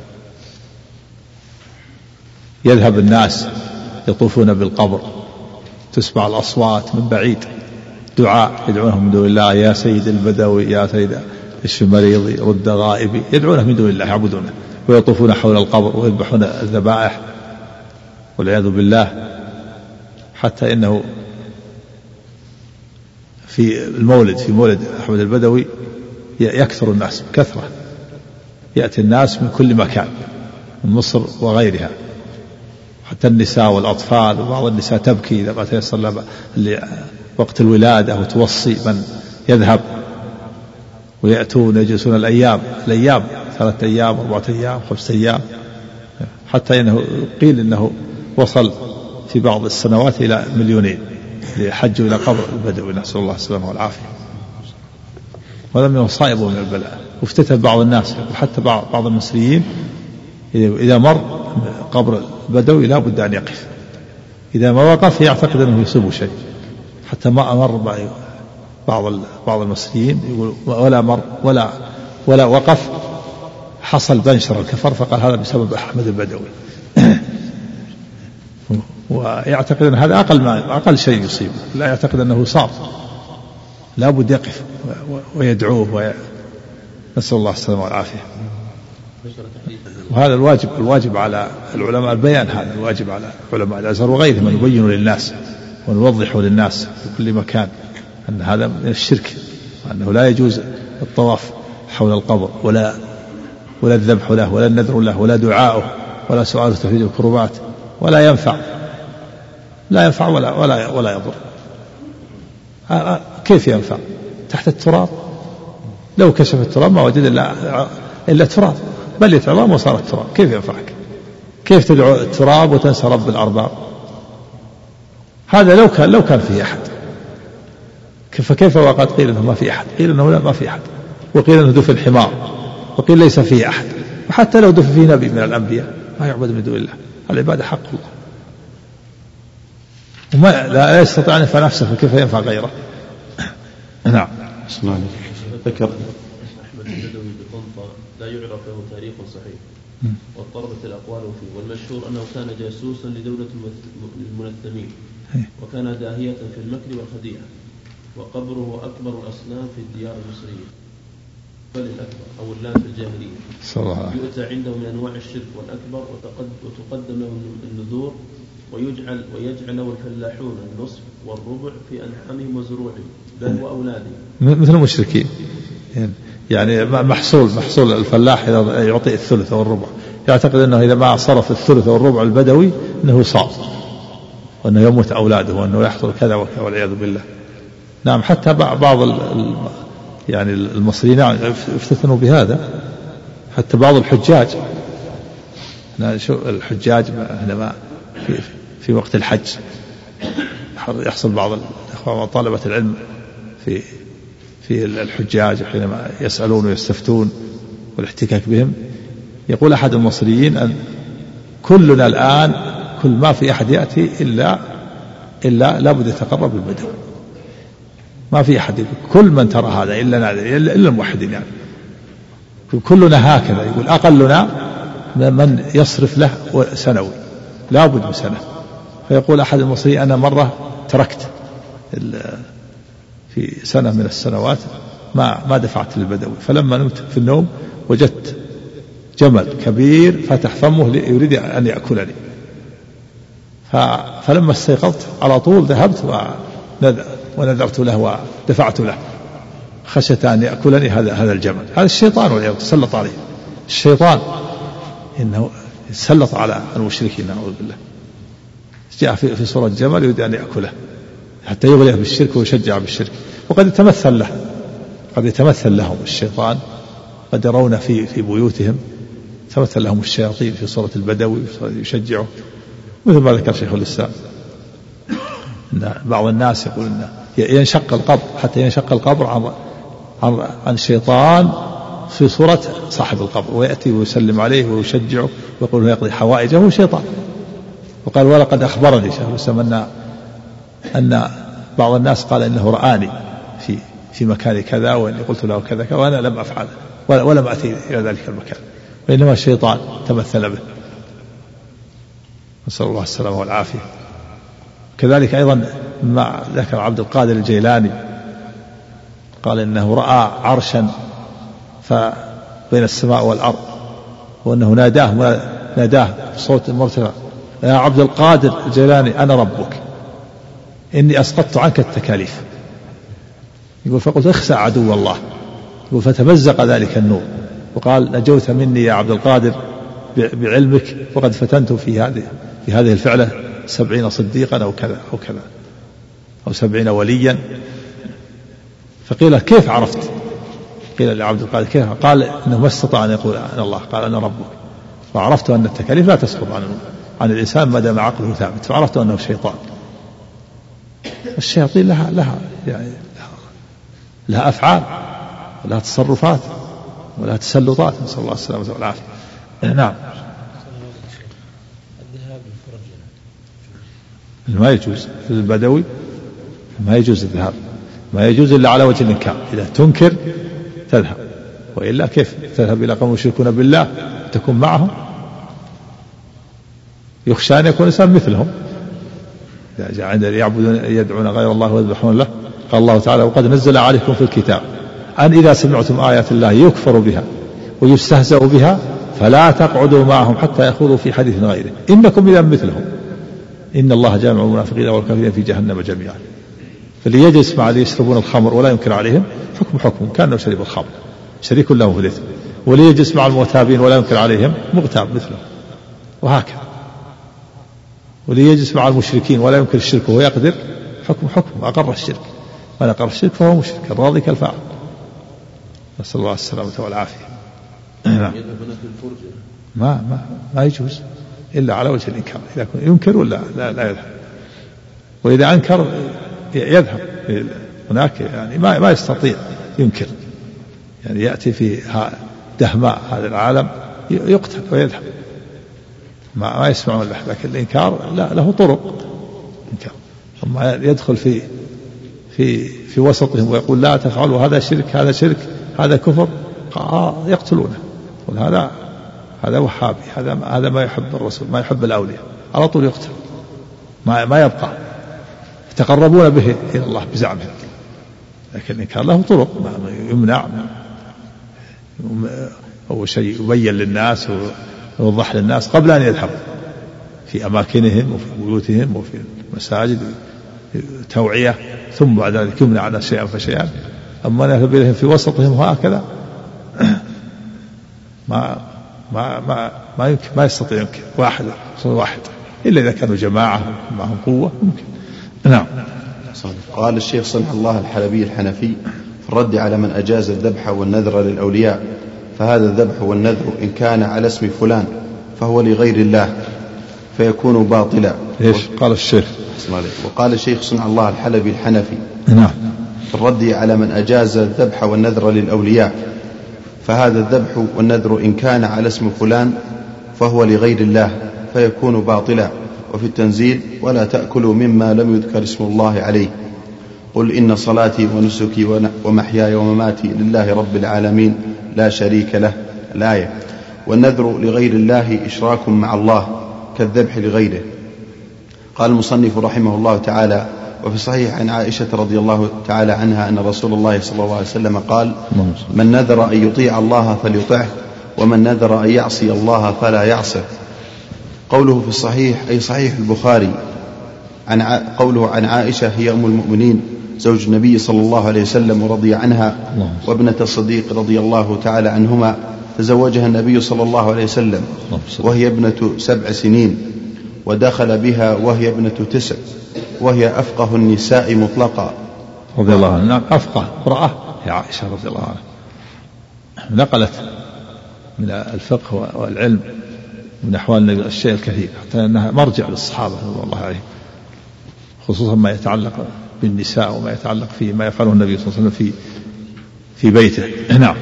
يذهب الناس يطوفون بالقبر، تسمع الأصوات من بعيد، دعاء يدعونهم من دون الله: يا سيد البدوي، يا سيد اشف مريضي، رد غائبي، يدعونه من دون الله، يعبدونه، ويطوفون حول القبر ويذبحون الذبائح والعياذ بالله. حتى إنه في المولد في مولد أحمد البدوي يكثر الناس بكثرة، يأتي الناس من كل مكان من مصر وغيرها، حتى النساء والأطفال، وبعض النساء تبكي إذا ما تيسر لها وقت الولادة وتوصي من يذهب، ويأتون يجلسون الأيام الأيام ثلاثة أيام أربعة أيام خمسة أيام، حتى إنه قيل إنه وصل في بعض السنوات إلى مليونين لحجوا إلى قبر البدوي، نسأل الله السلامة والعافية. وهذا من المصائب ومن البلاء. وافتتن بعض الناس، حتى بعض المصريين إذا مر قبر البدوي لا بد أن يقف، إذا ما وقف يعتقد أنه يصيب شيء. حتى ما أمر بعض بعض المصريين يقول ولا مر ولا ولا وقف حصل بنشر الكفر، فقال هذا بسبب أحمد البدوي. ويعتقد أن هذا أقل ما أقل شيء يصيبه، لا يعتقد أنه صار، لا بد يقف ويدعوه وي... نسأل الله السلامة والعافية. وهذا الواجب الواجب على العلماء البيان، هذا الواجب على علماء الأزهر وغيرهم أن يبينوا للناس ونوضحوا للناس في كل مكان أن هذا من الشرك، وأنه لا يجوز الطواف حول القبر ولا ولا الذبح له ولا النذر له ولا دعاؤه ولا سؤال تفريج الكربات، ولا ينفع لا ينفع ولا ولا ولا يضر. كيف ينفع تحت التراب؟ لو كشف التراب ما وجد إلا إلا تراب، بل عظام وصار التراب، كيف ينفعك؟ كيف تدعو التراب وتنسى رب الأرباب؟ هذا لو كان لو كان فيه أحد، فكيف وقد قيل إنه ما في أحد؟ قيل إنه لا ما في أحد، وقيل إنه دفن حمار، وقيل ليس فيه أحد. وحتى لو دفن فيه نبي من الأنبياء ما يعبد من دون الله، العبادة حق الله، وما لا يستطيع أن ينفع نفسه، فكيف ينفع غيره؟ نعم. ذكر أحمد البدوي بطنطا لا يعرف له تاريخ صحيح، واضطربت الأقوال فيه، والمشهور أنه كان جاسوسا لدولة المنثمين، وكان داهية في المكر والخديعة، وقبره أكبر الأصنام في الديار المصرية، بل الأكبر أو اللات في الجاهلية، يؤتى عنده من أنواع الشرك والأكبر، وتقدم له النذور، ويجعل ويجعل الفلاحون النصف والربع في أنعامهم وزروعهم بل وأولادهم، مثل المشركين. يعني محصول محصول الفلاح إذا يعطي الثلث أو الربع، يعتقد أنه إذا ما صرف الثلث أو الربع البدوي أنه صار، وأنه يموت أولاده، وأنه يحصل كذا وكذا والعياذ بالله. نعم، حتى بعض ال يعني المصريين افتتنوا بهذا، حتى بعض الحجاج الحجاج عندما في, في وقت الحج يحصل بعض الإخوان وطلبة العلم في في الحجاج حينما يسألون ويستفتون والاحتكاك بهم، يقول أحد المصريين أن كلنا الآن كل ما في أحد يأتي إلا إلا لابد يتقرب بالبدو، ما في أحد، كل من ترى هذا إلا إلا الموحدين، يعني كلنا هكذا. يقول أقلنا من يصرف له سنوي لابد من سنة. فيقول أحد المصريين أنا مرة تركت في سنة من السنوات ما ما دفعت للبدوي، فلما نمت في النوم وجدت جمل كبير فتح فمه يريد أن يأكلني، فلما استيقظت على طول ذهبت ونذرت له ودفعت له خشية أن يأكلني هذا هذا الجمل. هذا الشيطان والعياذ تسلط عليه، الشيطان إنه يتسلط على المشركين نعوذ بالله، جاء في, في صورة جمل يريد أن يأكله حتى يغليه بالشرك ويشجع بالشرك. وقد يتمثل له قد يتمثل لهم الشيطان، قد يرون في في بيوتهم تمثل لهم الشياطين في صورة البدوي يشجعه، مثل ما ذكر شيخ الإسلام أن بعض الناس يقول أن ينشق القبر حتى ينشق القبر عن عن, عن الشيطان في صورة صاحب القبر، ويأتي ويسلم عليه ويشجعه ويقول يقضي حوائجه، هو شيطان. وقال ولقد أخبرني شيخ الإسلام أن أن بعض الناس قال إنه رآني في في مكان كذا، وإني قلت له كذا كذا وأنا لم أفعل ولم أتي إلى ذلك المكان، وإنما الشيطان تمثل به، نسأل الله السلامة والعافية. كذلك أيضا ما ذكر عبد القادر الجيلاني قال إنه رأى عرشا بين السماء والأرض، وأنه ناداه ناداه بصوت مرتفع يا عبد القادر الجيلاني أنا ربك إني أسقطت عنك التكاليف. يقول فقلت اخسأ عدو الله. يقول فتمزق ذلك النور وقال نجوت مني يا عبد القادر بعلمك، وقد فتنت في هذه في هذه الفعلة سبعين صديقا أو كذا أو كذا أو سبعين وليا. فقيل كيف عرفت؟ قيل لعبد القادر كيف؟ قال إنه ما استطاع أن يقول أنا الله، قال أنا ربك. فعرفت أن التكاليف لا تسقط عن عن الإنسان ما دام عقله ثابت، فعرفت أنه شيطان. الشياطين لها لها يعني لها أفعال ولها تصرفات ولها تسلطات، نسأل الله السلامة والعافية. نعم. ما يجوز في البدوي، ما يجوز الذهاب، ما يجوز إلا على وجه الإنكار. إذا تنكر تذهب، وإلا كيف تذهب إلى قوم يشركون بالله تكون معهم؟ يخشى أن يكون إنسان مثلهم إذا جاء عند يعبدون يدعون غير الله ويذبحون له. قال الله تعالى وقد نزل عليكم في الكتاب أن إذا سمعتم آيات الله يكفر بها ويستهزأ بها فلا تقعدوا معهم حتى يخوضوا في حديث غيره إنكم إذا مثلهم إن الله جامع المنافقين والكافرين في جهنم جميعا. فليجلس مع اللي يشربون الخمر ولا ينكر عليهم حكم حكم كأنه شرب الخمر شريك له في الإثم، وليجلس مع المغتابين ولا ينكر عليهم مغتاب مثله، وهكذا. وليجلس مع المشركين ولا ينكر الشرك وهو يقدر حكم حكم أقر الشرك، من أقر الشرك فهو مشرك الراضي كالفاعل، نسأل الله السلامة والعافية. ما ما ما يجوز إلا على وجه الإنكار، إذا ينكر ولا لا, لا يذهب، وإذا أنكر يذهب هناك، يعني ما ما يستطيع ينكر، يعني يأتي في دهماء هذا العالم يقتل ويذهب، ما ما يسمعون له. لكن الإنكار لا له طرق إنكار، ثم يدخل في في في وسطهم ويقول لا تفعلوا هذا شرك هذا شرك هذا كفر، يقتلونه. هذا هذا وهابي، هذا هذا ما يحب الرسول ما يحب الأولياء، على طول يقتل، ما ما يبقى، يتقربون به إلى الله بزعمهم. لكن إن كان له طرق يمنع، أول شيء يبين للناس ويوضح للناس قبل أن يذهبوا في أماكنهم وفي بيوتهم وفي المساجد توعية، ثم بعد ذلك يمنع عن شيئا فشيئا. أما نذهب إليهم في وسطهم هكذا ما ما ما ما يمكن، ما يستطيع يمكن واحد واحد إلا إذا كانوا جماعة معهم قوة ممكن. نعم. قال الشيخ صنع الله الحلبي الحنفي في الرد على من أجاز الذبح والنذر للأولياء: فهذا الذبح والنذر إن كان على اسم فلان فهو لغير الله فيكون باطلا. إيش قال الشيخ؟ وقال الشيخ صنع الله الحلبي الحنفي نعم في الرد على من أجاز الذبح والنذر للأولياء: فهذا الذبح والنذر إن كان على اسم فلان فهو لغير الله فيكون باطلا. وفي التنزيل: ولا تأكلوا مما لم يذكر اسم الله عليه، قل إن صلاتي ونسكي ومحياي ومماتي لله رب العالمين لا شريك له. الآية. والنذر لغير الله إشراك مع الله كالذبح لغيره. قال المصنف رحمه الله تعالى: وفي صحيح عن عائشة رضي الله تعالى عنها أن رسول الله صلى الله عليه وسلم قال: من نذر أن يطيع الله فليطعه، ومن نذر أن يعصي الله فلا يعصه. قوله في الصحيح أي صحيح البخاري، عن ع... قوله عن عائشة هي أم المؤمنين زوج النبي صلى الله عليه وسلم ورضي عنها، وابنة الصديق رضي الله تعالى عنهما، تزوجها النبي صلى الله عليه وسلم وهي ابنة سبع سنين، ودخل بها وهي ابنة تسع، وهي أفقه النساء مطلقا رضي الله عنها. أفقه امرأة هي عائشة رضي الله عنها، نقلت من الفقه والعلم من أحوال الشيء الكثير، حتى أنها مرجع للصحابة رضي الله عليهم، خصوصا ما يتعلق بالنساء وما يتعلق فيه ما يفعله النبي صلى الله عليه وسلم في في بيته. نعم.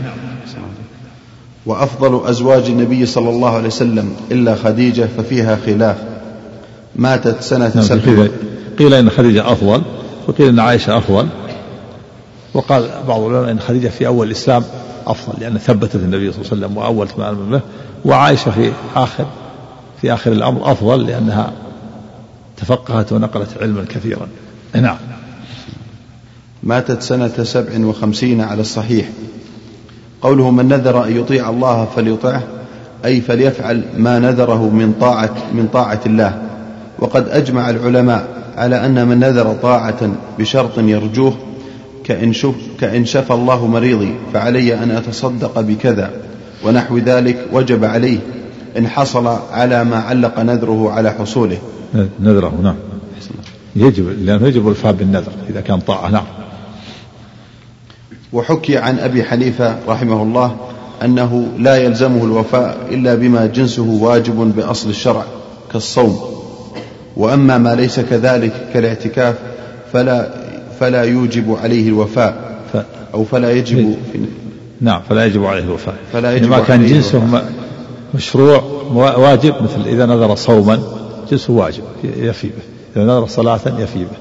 وأفضل أزواج النبي صلى الله عليه وسلم إلا خديجة ففيها خلاف، ماتت سنة نعم. سبع. قيل إن خديجة أفضل وقيل إن عائشة أفضل، وقال بعض العلماء إن خديجة في أول الإسلام أفضل لأن ثبتت النبي صلى الله عليه وسلم وأول ما آمن به، وعائشة في آخر في آخر الأمر أفضل لأنها تفقهت ونقلت علما كثيرا. نعم. ماتت سنة سبع وخمسين على الصحيح. قوله من نذر أن يطيع الله فليطعه أي فليفعل ما نذره من طاعة من طاعة الله. وقد أجمع العلماء على أن من نذر طاعة بشرط يرجوه كإن, شف كإن شفى الله مريضي فعلي أن أتصدق بكذا ونحو ذلك وجب عليه إن حصل على ما علق نذره على حصوله. نذره نعم يجب لأنه يجب الوفاء بالنذر إذا كان طاعة. نعم. وحكي عن أبي حنيفة رحمه الله أنه لا يلزمه الوفاء إلا بما جنسه واجب بأصل الشرع كالصوم، وأما ما ليس كذلك كالاعتكاف فلا فلا يوجب عليه الوفاء أو فلا يجب في نعم فلا يجب عليه الوفاء فلا يجب ما كان جنسه مشروع واجب، مثل إذا نذر صوما جنسه واجب يفي به، إذا نذر صلاة يفي به،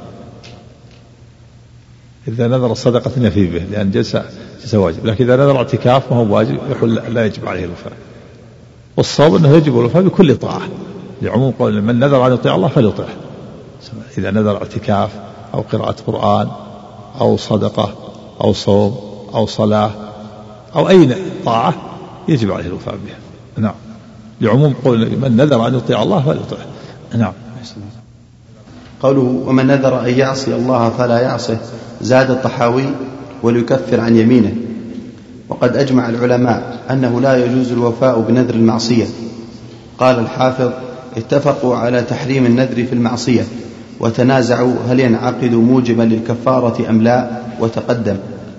إذا نذر صدقة يفي به لأن جنسه جنسه واجب. لكن إذا نذر اعتكاف ما هو واجب يقول لا يجب عليه الوفاء. والصواب أنه يجب الوفاء بكل طاعة لعموم قول من نذر أن يطيع الله فليطيعه، إذا نذر اعتكاف أو قراءة قرآن أو صدقة أو صوم أو صلاة أو أي طاعة يجب عليه الوفاء بها. نعم. لعموم قول من نذر أن يطيع الله فليطيعه. نعم. قوله ومن نذر أن يعصي الله فلا يعصه زاد الطحاوي وليكفر عن يمينه. وقد أجمع العلماء أنه لا يجوز الوفاء بنذر المعصية. قال الحافظ اتفقوا على تحريم النذر في المعصية وتنازعوا هل ينعقد موجبا للكفارة أم لا وتقدم.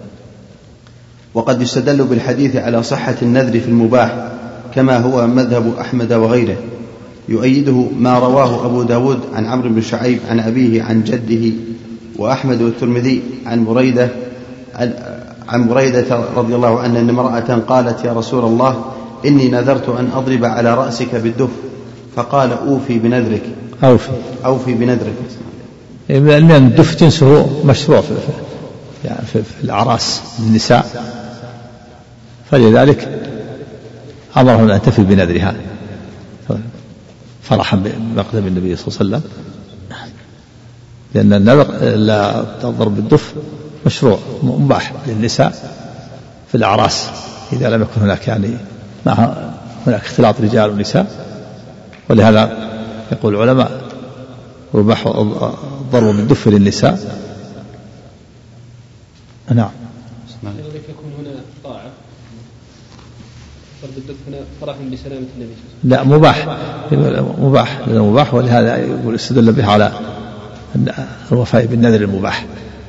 وقد يستدل بالحديث على صحة النذر في المباح كما هو مذهب أحمد وغيره، يؤيده ما رواه أبو داود عن عمرو بن شعيب عن أبيه عن جده وأحمد والترمذي عن بريدة عن بريدة رضي الله عنه أن امرأة قالت يا رسول الله إني نذرت أن أضرب على رأسك بالدف، فقال أوفي بنذرك أوفي أوفي بنذرك. لأن الدف جنسه مشروع في, يعني في, في الأعراس النساء، فلذلك أمرهم أن تفي بنذرها فرحا بمقدم النبي صلى الله عليه وسلم، لأن النذر لا تضرب بالدف مشروع مباح للنساء في الأعراس إذا لم يكن هناك يعني مع هناك اختلاط رجال ونساء. ولهذا يقول العلماء ويباح الضرب بالدف للنساء. نعم. لذلك يكون هنا طاعة ضرب الدف هنا فرحا بسلامة النبي. لا مباح مباح مباح ولهذا يقول استدل به على الوفاء بالنذر المباح.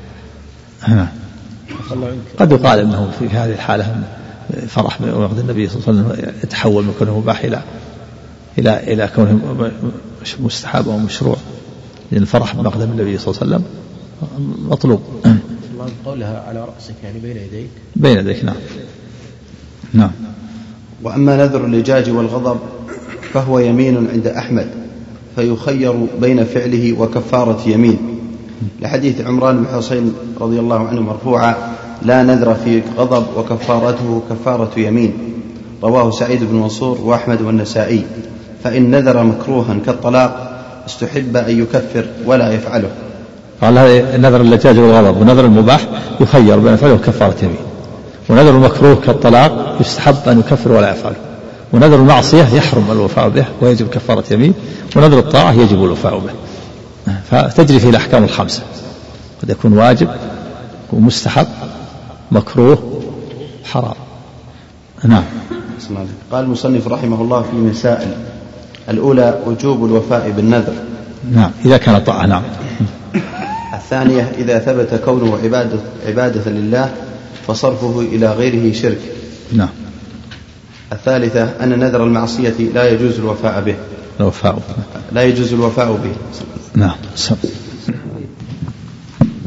قد يقال انه في هذه الحالة فرح بمقدم النبي صلى الله عليه وسلم يتحول من كونه مباح الى الى الى كونه مستحب او مشروع، لان الفرح بمقدم النبي صلى الله عليه وسلم مطلوب. الله قولها على رأسك يعني بين يديك بين يديك. نعم. نعم. وأما نذر اللجاج والغضب فهو يمين عند أحمد فيخير بين فعله وكفارة يمين، لحديث عمران بن حسين رضي الله عنه مرفوعا لا نذر في غضب وكفارته كفارة يمين، رواه سعيد بن منصور وأحمد والنسائي. فإن نذر مكروها كالطلاق استحب أن يكفر ولا يفعله. قال هذا نذر اللجاج والغضب ونذر المباح يخير بين فعله وكفارة يمين، ونذر المكروه كالطلاق يستحب أن يكفر ولا يفعله، ونذر المعصية يحرم الوفاء به ويجب كفارة يمين، ونذر الطاعة يجب الوفاء به. فتجري فيه الأحكام الخمسة، قد يكون واجب ومستحب مكروه حرام. نعم. قال المصنف رحمه الله في مسائل: الأولى وجوب الوفاء بالنذر. نعم إذا كان طاعة. نعم. الثانية إذا ثبت كونه عبادة, عبادة لله فصرفه إلى غيره شرك. نعم. الثالثة أن نذر المعصية لا يجوز الوفاء به. الوفاء لا يجوز الوفاء به. نعم.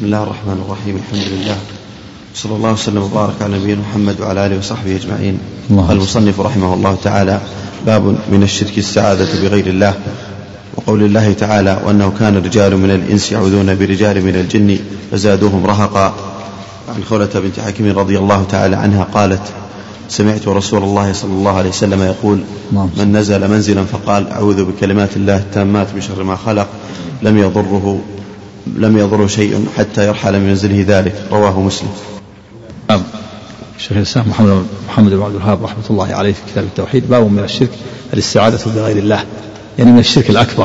بسم الله الرحمن الرحيم. الحمد لله صلى الله وسلم وبارك على نبينا محمد وعلى آله وصحبه أجمعين. قال المصنف رحمه الله تعالى: باب من الشرك السعادة بغير الله. وقول الله تعالى: وأنه كان رجال من الإنس يعوذون برجال من الجن فزادوهم رهقا. عن خولة بنت حكيم رضي الله تعالى عنها قالت: سمعت رسول الله صلى الله عليه وسلم يقول: من نزل منزلا فقال: أعوذ بكلمات الله التامات من شر ما خلق لم يضره لم يضره شيء حتى يرحل من منزله ذلك. رواه مسلم. الشيخ الإسلام محمد محمد بن عبد الوهاب رحمة الله عليه في كتاب التوحيد: باب من الشرك الاستعاذة بغير الله، يعني من الشرك الأكبر.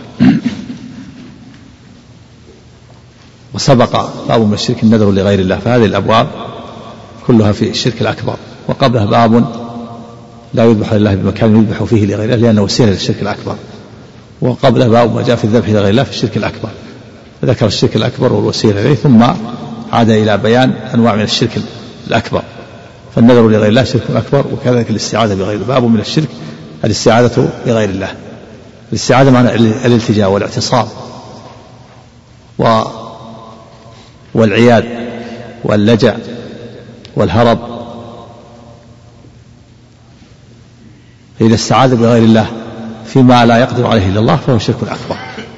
وسبق باب من الشرك النذر لغير الله، فهذه الأبواب كلها في الشرك الأكبر. وقبلها باب لا يذبح لله بمكان يذبح فيه لغير الله لأنه وسيلة للشرك الأكبر. وقبلها باب ما جاء في الذبح لغير الله في الشرك الأكبر، ذكر الشرك الأكبر والوسيلة إليه، ثم عاد إلى بيان أنواع من الشرك الأكبر. فالنذر لغير الله شرك أكبر، وكذلك الاستعاذة بغير الله. باب من الشرك الاستعاذة بغير الله. الاستعاذة معنى الالتجاء والاعتصام و والعياذ واللجأ والهرب. إذا استعاذ بغير الله فيما لا يقدر عليه إلا الله فهو شرك أكبر.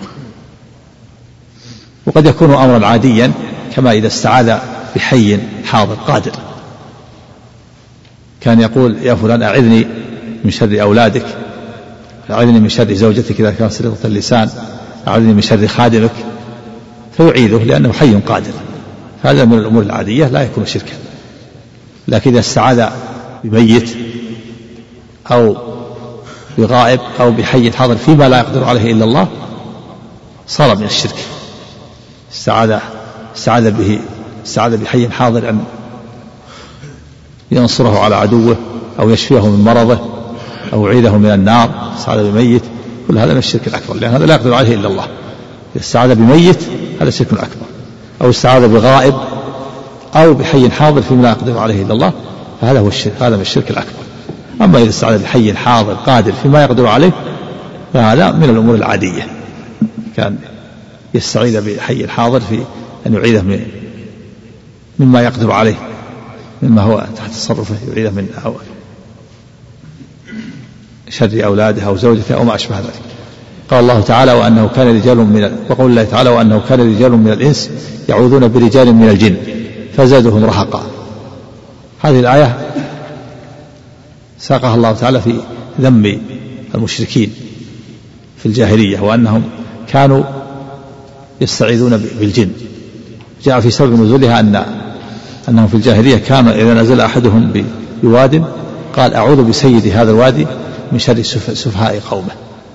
وقد يكون أمرا عاديا، كما إذا استعاذ بحي حاضر قادر، كان يقول: يا فلان أعذني من شر أولادك، أعذني من شر زوجتك إذا كان سلطة اللسان، أعذني من شر خادمك، فيعيذه لأنه حي قادر. هذا من الأمور العادية لا يكون شركا. لكن إذا استعاذ بميت أو بغائب أو بحي حاضر فيما لا يقدر عليه إلا الله صار من الشرك. استعاذ استعاذ به استعاذ بحي حاضر أن ينصره على عدوه أو يشفيه من مرضه أو يعيده من النار. استعاذ بميت، كل هذا من الشرك الأكبر، لأن هذا لا يقدر عليه إلا الله. استعاذ بميت هذا شرك أكبر. أو استعاذ بغائب أو بحي حاضر فيما لا يقدر عليه إلا الله، فهذا هو الشرك، هذا من الشرك الأكبر. أما إذا استعاذ بحي حاضر قادر فيما يقدر عليه فهذا من الأمور العادية. كان يستعيذ بحي حاضر في أن يعيده من مما يقدر عليه، مما هو تحت تصرفه، يعيده من شر أولاده أو زوجته أو ما أشبه ذلك. قال الله تعالى: وأنه كان رجال من وقول الله تعالى: وأنه كان رجال من الإنس يعوذون برجال من الجن فزادهم رهقا. هذه الآية ساقها الله تعالى في ذم المشركين في الجاهلية، وأنهم كانوا يستعيذون بالجن. جاء في سبب نزولها أن أنهم في الجاهلية كانوا إذا نزل أحدهم بواد قال: أعوذ بسيد هذا الوادي من شر سفهاء قومه،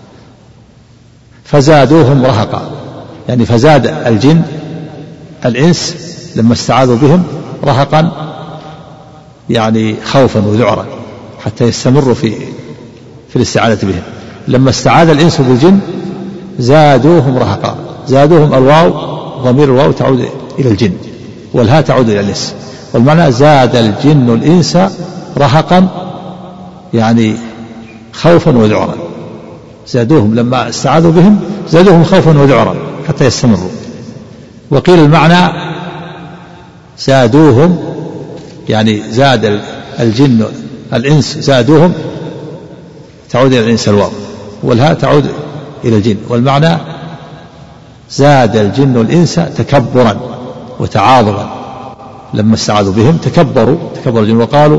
فزادوهم رهقا، يعني فزاد الجن الإنس لما استعاذوا بهم رهقا، يعني خوفا وذعرا، حتى يستمروا في في الاستعاذة بهم. لما استعاذ الإنس بالجن زادوهم رهقا. زادوهم، الواو ضمير الواو تعود إلى الجن، والهاء تعود إلى الإنس، والمعنى زاد الجن الإنس رهقا، يعني خوفا وذعرا. زادوهم لما استعاذوا بهم زادوهم خوفا وذعرا حتى يستمروا. وقيل المعنى زادوهم يعني زاد الجن الإنس زادوهم تعود إلى الإنس الواو، والهاء تعود إلى الجن، والمعنى زاد الجن الإنس تكبرا وتعاظما. لما استعاذوا بهم تكبروا تكبر الجن وقالوا: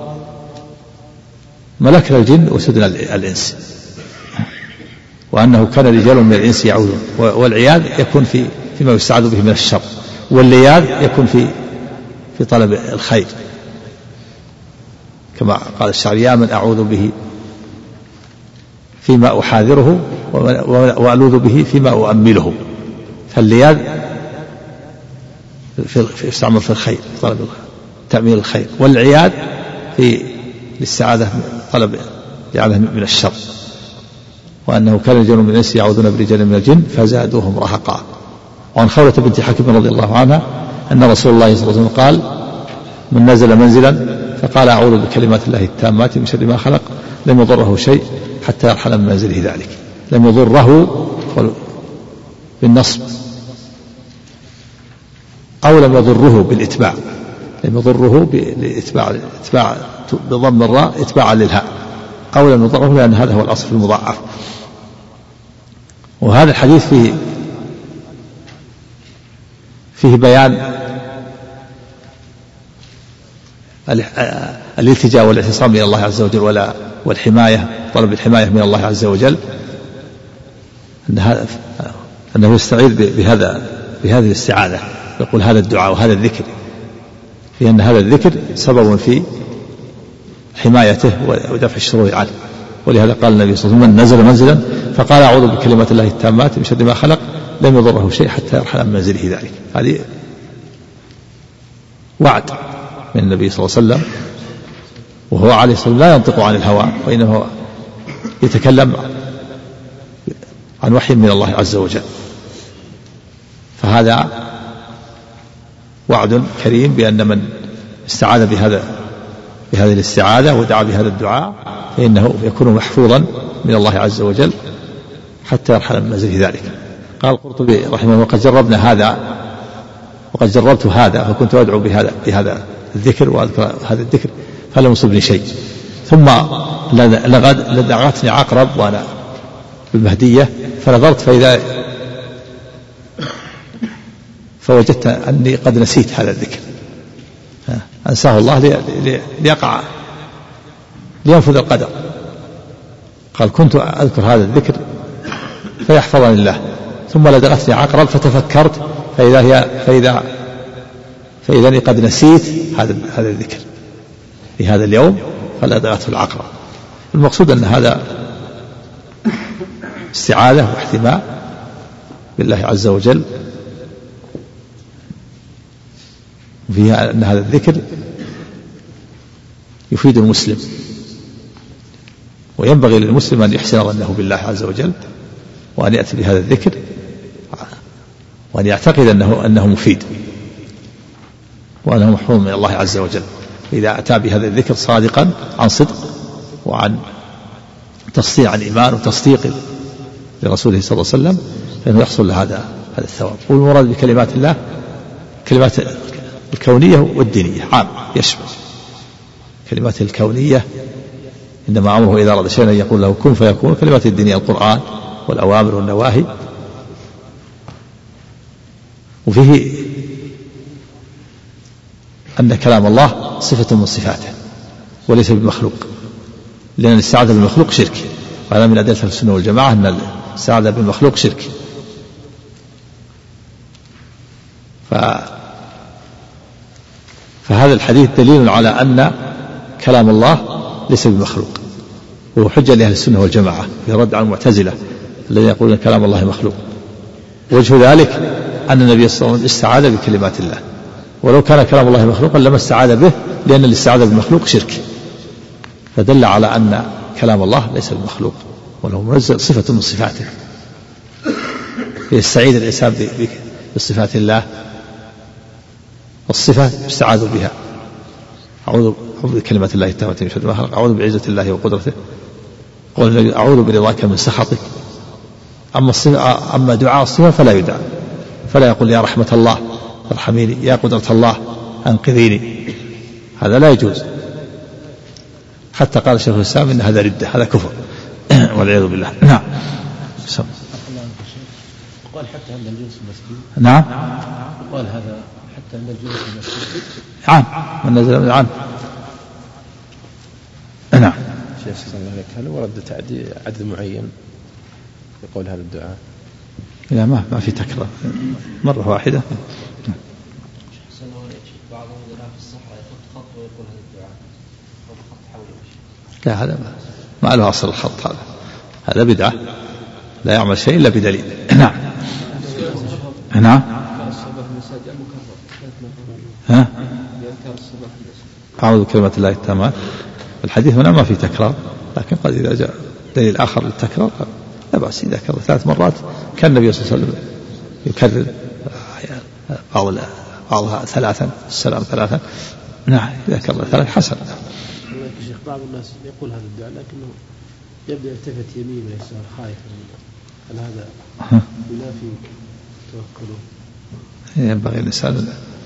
ملكنا الجن وسدنا الإنس. وأنه كان رجال من الإنس يعوذون. والعياذ يكون في فيما يستعاذ به من الشر، واللياذ يكون في في طلب الخير، كما قال الشاعر: يا من أعوذ به فيما أحاذره وألوذ به فيما أؤمله. فاللياذ في استعمال في الخير، طلب تأمين الخير، والعياذ في الاستعاذة طلب الاستعاذة من الشر. وأنه كان رجال من الإنس يعوذون برجال من الجن فزادوهم رهقا. وعن خولة بنت حكيم رضي الله عنها أن رسول الله صلى الله عليه وسلم قال: من نزل منزلا فقال: أعوذ بكلمات الله التامات من شر ما خلق لم يضره شيء حتى يرحل من منزله ذلك. لم يضره بالنصب أو لم يضره بالإتباع، لم يضره بالإتباع إتباع بضم الراء إتباعا للهاء، أو لم يضره، لأن هذا هو الأصل في المضاعف. وهذا الحديث فيه فيه بيان الالتجاء والاعتصام إلى الله عز وجل ولا والحماية، طلب الحماية من الله عز وجل، أن أنه يستعيذ بهذا بهذه الاستعاذة، يقول هذا الدعاء وهذا الذكر، لأن هذا الذكر سبب في حمايته ودفع الشرور عنه. ولهذا قال النبي صلى الله عليه وسلم: من نزل منزلا فقال أعوذ بكلمات الله التامات من شر ما خلق لم يضره شيء حتى يرحل عن منزله ذلك. هذه وعد من النبي صلى الله عليه وسلم، وهو عليه الصلاة والسلام لا ينطق عن الهوى، وإنما يتكلم عن وحي من الله عز وجل. فهذا وعد كريم بأن من استعاذ بهذا بهذه الاستعاذة ودعا بهذا الدعاء فإنه يكون محفوظا من الله عز وجل حتى يرحل من منزله ذلك. قال القرطبي رحمه الله: وقد جربنا هذا وقد جربت هذا فكنت أدعو بهذا بهذا الذكر وأذكر هذا الذكر فلم يصبني شيء، ثم لدغتني عقرب وأنا بالمهدية فنظرت فإذا فوجدت أني قد نسيت هذا الذكر، أنساه الله ليقع لينفذ القدر. قال: كنت أذكر هذا الذكر فيحفظني الله، ثم لدغتني عقرب فتفكرت فإذا هي فإذا فإذا قد نسيت هذا هذا الذكر في هذا اليوم فلدغته العقرب. المقصود أن هذا استعاذة واحتماء بالله عز وجل، وفيها أن هذا الذكر يفيد المسلم، وينبغي للمسلم أن يحسن ظنه بالله عز وجل، وأن يأتي بهذا الذكر وأن يعتقد أنه أنه مفيد وأنه محفوظ من الله عز وجل. إذا أتى بهذا الذكر صادقا عن صدق وعن تصديق عن إيمان وتصديق لرسوله صلى الله عليه وسلم فإنه يحصل له هذا هذا الثواب. والمراد بكلمات الله كلمات الكونية والدينية عام يشمل. كلمات الكونية إنما أمره إذا أراد شيئا يقول له كن فيكون. كلمات الدينية القرآن والأوامر والنواهي. وفيه أن كلام الله صفة من صفاته وليس بمخلوق، لأن الاستعاذة بالمخلوق شرك، وهذا من أدلة السنة والجماعة أن الاستعاذة بالمخلوق شرك. ف... فهذا الحديث دليل على أن كلام الله ليس بمخلوق، وهو حجة لأهل السنة والجماعة في رد على المعتزلة الذين يقولون كلام الله مخلوق. وجه ذلك أن النبي صلى الله عليه وسلم استعاذ بكلمات الله، ولو كان كلام الله مخلوقا لما استعاذ به، لأن الاستعاذة بالمخلوق شرك، فدل على أن كلام الله ليس بمخلوق وله منزل صفة من صفاته. يستعيذ الإنسان بصفات الله، والصفة يستعاذ بها. أعوذ بكلمات الله التامة من شر ما خلق، أعوذ بعزة الله وقدرته، قول النبي أعوذ برضاك من سخطك. أما, أما دعاء الصفة فلا يدعى، فلا يقول يا رحمة الله ارحميني، يا قدرة الله أنقذيني، هذا لا يجوز. حتى قال شيخ الإسلام إن هذا ردة، هذا كفر والعياذ بالله. نعم. قال حتى عند الجلوس في المسجد. نعم. قال هذا حتى عند الجلوس في المسجد. عام من نزل من عام. نعم. شيخ الله هل ورد تعدي عدد معين يقول هذا الدعاء؟ لا، ما ما في تكرار، مرة واحدة. بعضهم يقول في الصحراء يخط خط ويقول هذا الدعاء خط خط حوله. لا، هذا ما, ما له أصل الخط، هذا هذا بدعة لا يعمل شيء إلا بدليل. نعم. نعم. ها؟ أعوذ بكلمات الله التامات. الحديث هنا ما في تكرار، لكن قد إذا جاء دليل آخر للتكرار لا بأس. إذا كرر ثلاث مرات كان النبي صلى الله عليه وسلم يكرر بعض بعضها ثلاثا، السلام ثلاثا. نعم، إذا كرر ثلاث حسن. شيخ بعض الناس يقول هذا الدعاء لكنه يبدأ يلتفت يمين ويسار خايف، هل هذا ينافي توكله؟ ينبغي الإنسان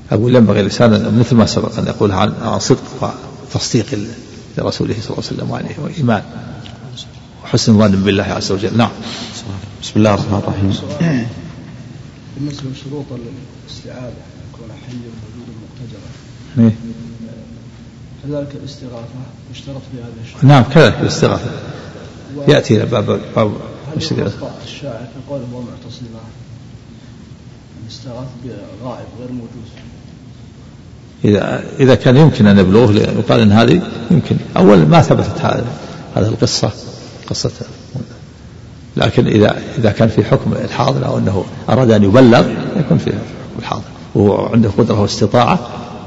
أقول ينبغي الإنسان مثل ما سبق أن يقول عن صدق وتصديق لرسوله صلى الله عليه وسلم وعليه وإيمان وحسن ظن بالله عز وجل. نعم. بسم الله الرحمن الرحيم. بالنسبة لشروط الاستعاذة يكون حي موجود مقتدرا كذلك الاستغاثة يشترط في هذا الشيء. نعم كذلك الاستغاثة يأتي إلى باب باب الشاعر في قوله ومعتصما الاستغاثة بغائب غير موجود. إذا إذا كان يمكن أن يبلغه يقال أن هذه يمكن أول ما ثبتت هذه هذه القصة قصة، لكن إذا إذا كان في حكم الحاضر أو أنه أراد أن يبلغ يكون في حكم الحاضر وهو عنده قدرة واستطاعة.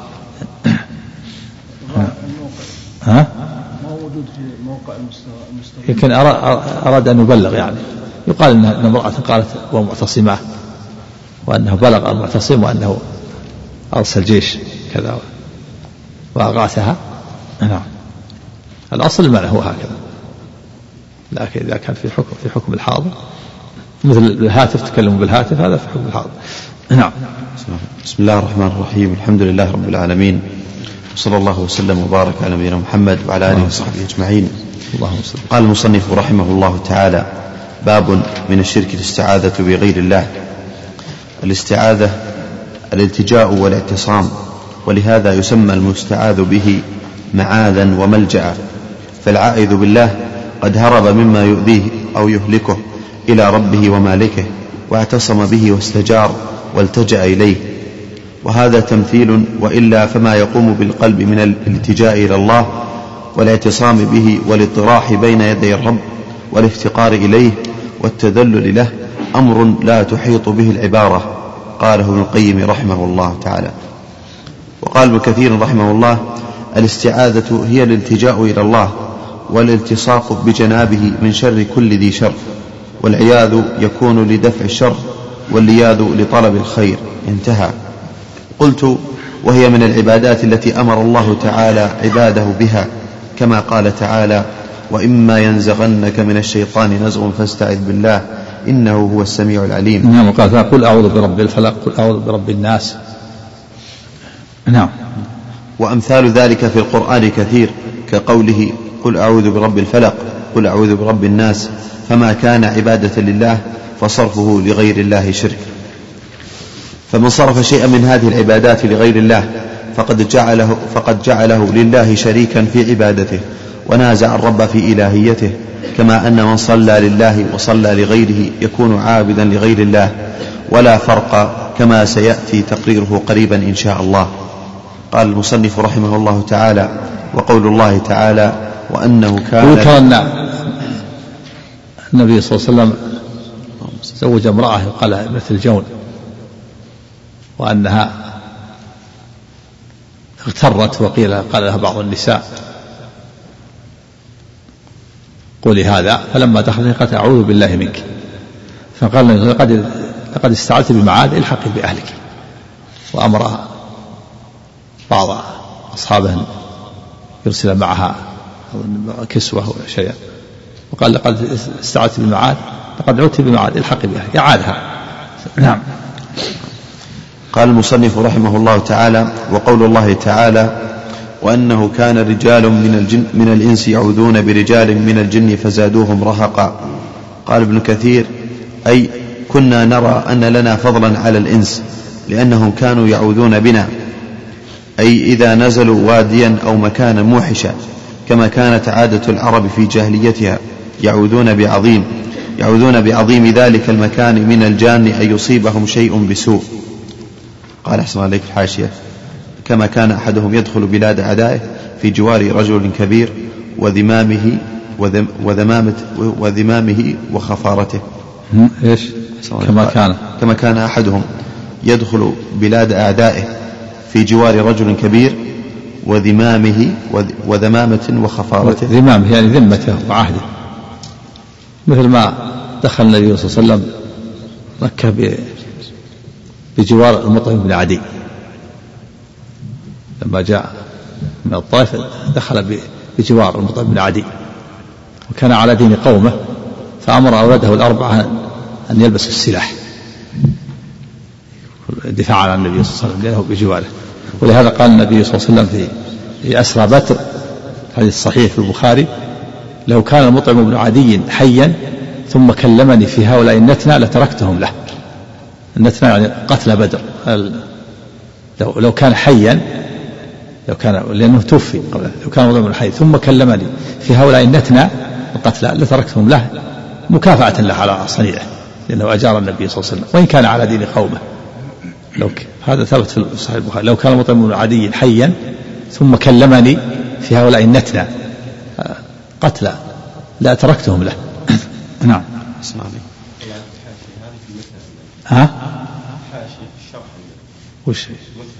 ها؟ ما موجود في موقع المستغيث. يمكن أراد أن يبلغ يعني يقال أن امرأة قالت ومعتصمة وأنه بلغ المعتصم وأنه أرسل جيش كذا وأغاثها. نعم الأصل المعنى هو هكذا، لكن إذا كان في حكم في حكم الحاضر مثل الهاتف تكلم بالهاتف هذا في حكم الحاضر. نعم. بسم الله الرحمن الرحيم. الحمد لله رب العالمين وصلى الله وسلم وبارك على نبينا محمد وعلى آله وصحبه أجمعين. قال المصنف رحمه الله تعالى: باب من الشرك الاستعاذة بغير الله. الاستعاذة الالتجاء والاعتصام، ولهذا يسمى المستعاذ به معاذا وملجأ، فالعائذ بالله قد هرب مما يؤذيه أو يهلكه إلى ربه ومالكه واعتصم به واستجار والتجأ إليه، وهذا تمثيل، وإلا فما يقوم بالقلب من الالتجاء إلى الله والاعتصام به والاضطراح بين يدي الرب والافتقار إليه والتذلل له أمر لا تحيط به العبارة. قاله ابن القيم رحمه الله تعالى. وقال ابن كثير رحمه الله: الاستعاذة هي الالتجاء إلى الله والالتصاق بجنابه من شر كل ذي شر، والعياذ يكون لدفع الشر واللياذ لطلب الخير. انتهى. قلت: وهي من العبادات التي أمر الله تعالى عباده بها، كما قال تعالى: وإما ينزغنك من الشيطان نزغ فاستعذ بالله إنه هو السميع العليم. نعم. قال: قل أعوذ برب الفلق، قل أعوذ برب الناس. نعم. وأمثال ذلك في القرآن كثير، كقوله: قل أعوذ برب الفلق، قل أعوذ برب الناس، فما كان عبادة لله فصرفه لغير الله شرك. فمن صرف شيئا من هذه العبادات لغير الله فقد جعله, فقد جعله لله شريكا في عبادته ونازع الرب في إلهيته، كما أن من صلى لله وصلى لغيره يكون عابدا لغير الله، ولا فرق، كما سيأتي تقريره قريبا إن شاء الله. قال المصنف رحمه الله تعالى: وقول الله تعالى: وأنه كان النبي صلى الله عليه وسلم زوج امرأة يقال لها ابنة الجون، وأنها اغترت، وقيل قال لها بعض النساء: قولي هذا، فلما دخلت قالت: أعوذ بالله منك، فقال: لقد لقد استعذت بمعاذ، الحقي بأهلك. وأمر بعض أصحابه أن يرسل معها كسوة وشيئا، وقال: لقد استعذت بمعاذ، لقد عدت بمعاذ، الحقي بأهلك، يعادها. نعم. قال المصنف رحمه الله تعالى: وقول الله تعالى: وأنه كان رجال من الجن من الإنس يعوذون برجال من الجن فزادوهم رهقا. قال ابن كثير: أي كنا نرى أن لنا فضلا على الإنس، لأنهم كانوا يعوذون بنا، أي إذا نزلوا واديا أو مكانا موحشا، كما كانت عادة العرب في جاهليتها، يعوذون بعظيم يعوذون بعظيم ذلك المكان من الجان أن يصيبهم شيء بسوء. قال أحسن عليك الحاشية: كما كان أحدهم يدخل بلاد أعدائه في جوار رجل كبير وذمامه وذمامة وذمامه وخفارته. إيش؟ كما كان كما كان أحدهم يدخل بلاد أعدائه في جوار رجل كبير وذمامه وذمامة وخفارته. ذمامه يعني ذمته وعهده، مثل ما دخل النبي صلى الله عليه وسلم مكة بجوار المطعم بن عدي، لما جاء من الطائف دخل بجوار المطعم بن عدي، وكان على دين قومه، فأمر أولاده الأربعة أن يلبسوا السلاح، دفاعا عن النبي صلى الله عليه وسلم لأنه بجواره. ولهذا قال النبي صلى الله عليه وسلم في أسرى بدر حديث صحيح في البخاري: لو كان المطعم بن عدي حيا ثم كلمني في هؤلاء النتنى لتركتهم له. النتنى يعني قتل بدر. لو لو كان حيا، لو كان لأنه توفي قبل، لو كان المطعم بن حي ثم كلمني في هؤلاء النتنى القتلى لتركتهم له مكافأة له على صنيعه، لأنه أجار النبي صلى الله عليه وسلم وإن كان على دين قومه. لو هذا ثبت في صحيح البخاري: لو كان المطعم بن عدي حيا ثم كلمني في هؤلاء النتنى قتلى لا تركتهم له. نعم. ها؟ وش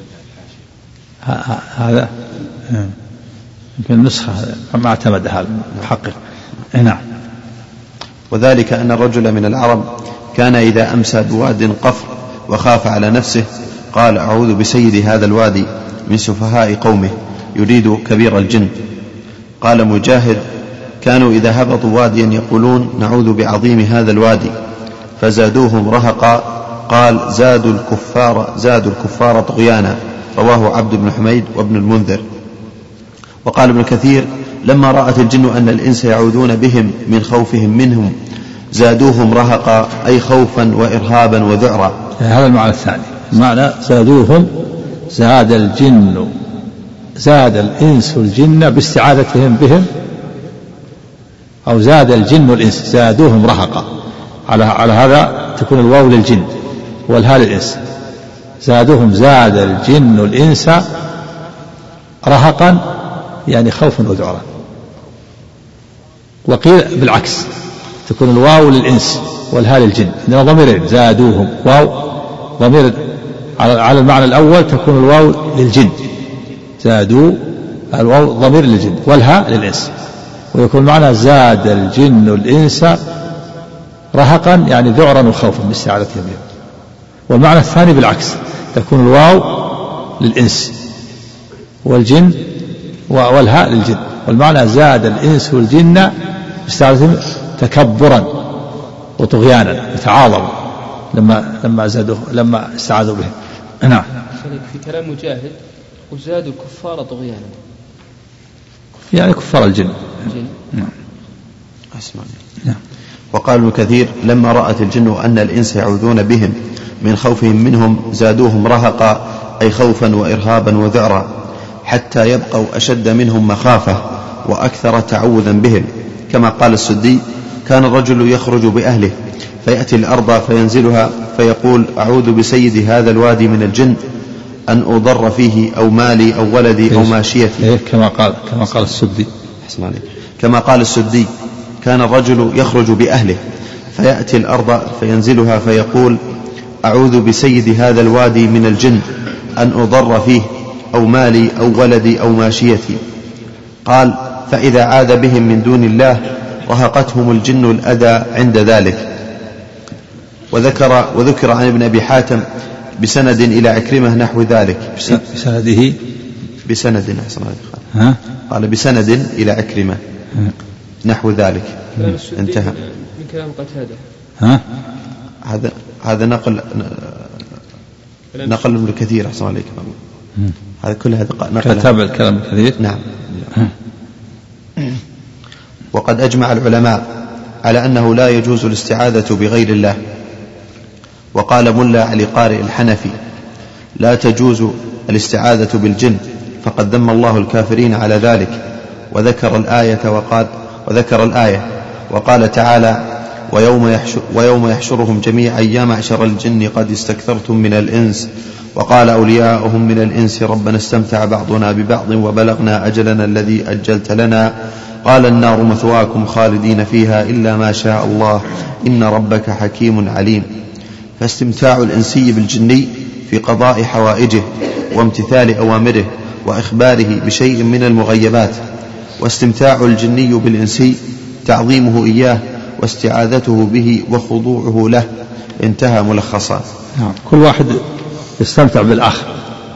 هذا؟ يمكن النسخة ما اعتمدها المحقق. نعم. وذلك أن الرجل من العرب كان إذا أمسى بواد قفر وخاف على نفسه قال: أعوذ بسيد هذا الوادي من سفهاء قومه، يريد كبير الجن. قال مجاهد: كانوا إذا هبطوا واديا يقولون: نعوذ بعظيم هذا الوادي، فزادوهم رهقا. قال: زادوا الكفار زادوا الكفار طغيانا. رواه عبد بن حميد وابن المنذر. وقال ابن كثير: لما رأت الجن أن الإنس يعوذون بهم من خوفهم منهم زادوهم رهقا، أي خوفا وإرهابا وذعرا. هذا المعنى الثاني. المعنى زادوهم، زاد الجن زاد الإنس الجن باستعاذتهم بهم، أو زاد الجن الإنس زادوهم رهقا. على على هذا تكون الواو للجن والهاء للإنس. زادوهم زاد الجن الإنس رهقا يعني خوفا وذعرا. وقيل بالعكس، تكون الواو للإنس والهاء للجن، إنما ضميرين زادوهم واو ضمير على المعنى الأول، تكون الواو للجن زادوا الواو ضمير للجن والهاء للإنس، ويكون معنى زاد الجن الإنس رهقا يعني ذعرا وخوفا باستعاذتهم بهم. والمعنى الثاني بالعكس، تكون الواو للإنس والجن والهاء للجن، والمعنى زاد الإنس والجن باستعاذتهم تكبرا وطغيانا وتعاظموا لما لما زادوه لما استعاذوا بهم. نعم. في كلام مجاهد: وزادوا الكفار طغيانا، يعني كفار الجن. نعم. نعم. وقال ابن كثير: لما رأت الجن أن الإنس يعوذون بهم من خوفهم منهم زادوهم رهقا، أي خوفا وإرهابا وذعرا، حتى يبقوا أشد منهم مخافة وأكثر تعوذا بهم. كما قال السدي: كان الرجل يخرج بأهله فيأتي الأرض فينزلها فيقول: أعوذ بسيد هذا الوادي من الجن أن أضر فيه أو مالي أو ولدي أو ماشيتي. كما قال كما قال السدي كما قال السدي كان الرجل يخرج بأهله فيأتي الأرض فينزلها فيقول: أعوذ بسيد هذا الوادي من الجن أن أضر فيه أو مالي أو ولدي أو ماشيتي. قال: فإذا عاذ بهم من دون الله رهقتهم الجن الأذى عند ذلك. وذكر, وذكر عن ابن أبي حاتم بسند إلى عكرمة نحو ذلك. بسنده بسند ها؟ قال بسند إلى عكرمة نحو ذلك. انتهى. من كلام قتادة. ها؟ هذا هذا نقل نقل ابن كثير أحسن عليك. هذا كل هذا نقل كتاب الكلام الكثير. نعم. وقد أجمع العلماء على أنه لا يجوز الاستعاذة بغير الله. وقال ملا علي قارئ الحنفي: لا تجوز الاستعاذة بالجن، فقد ذم الله الكافرين على ذلك. وذكر الآية وقال وذكر الآية وقال تعالى: ويوم, يحشر ويوم يحشرهم جميعا يا معشر الجن قد استكثرتم من الإنس. وقال أولياؤهم من الإنس: ربنا استمتع بعضنا ببعض وبلغنا أجلنا الذي أجلت لنا. قال: النار مثواكم خالدين فيها إلا ما شاء الله إن ربك حكيم عليم. فاستمتاع الإنسي بالجني في قضاء حوائجه وامتثال أوامره وإخباره بشيء من المغيبات، واستمتاع الجني بالإنسي تعظيمه إياه واستعاذته به وخضوعه له. انتهى ملخصا. نعم. كل واحد يستمتع بالآخر.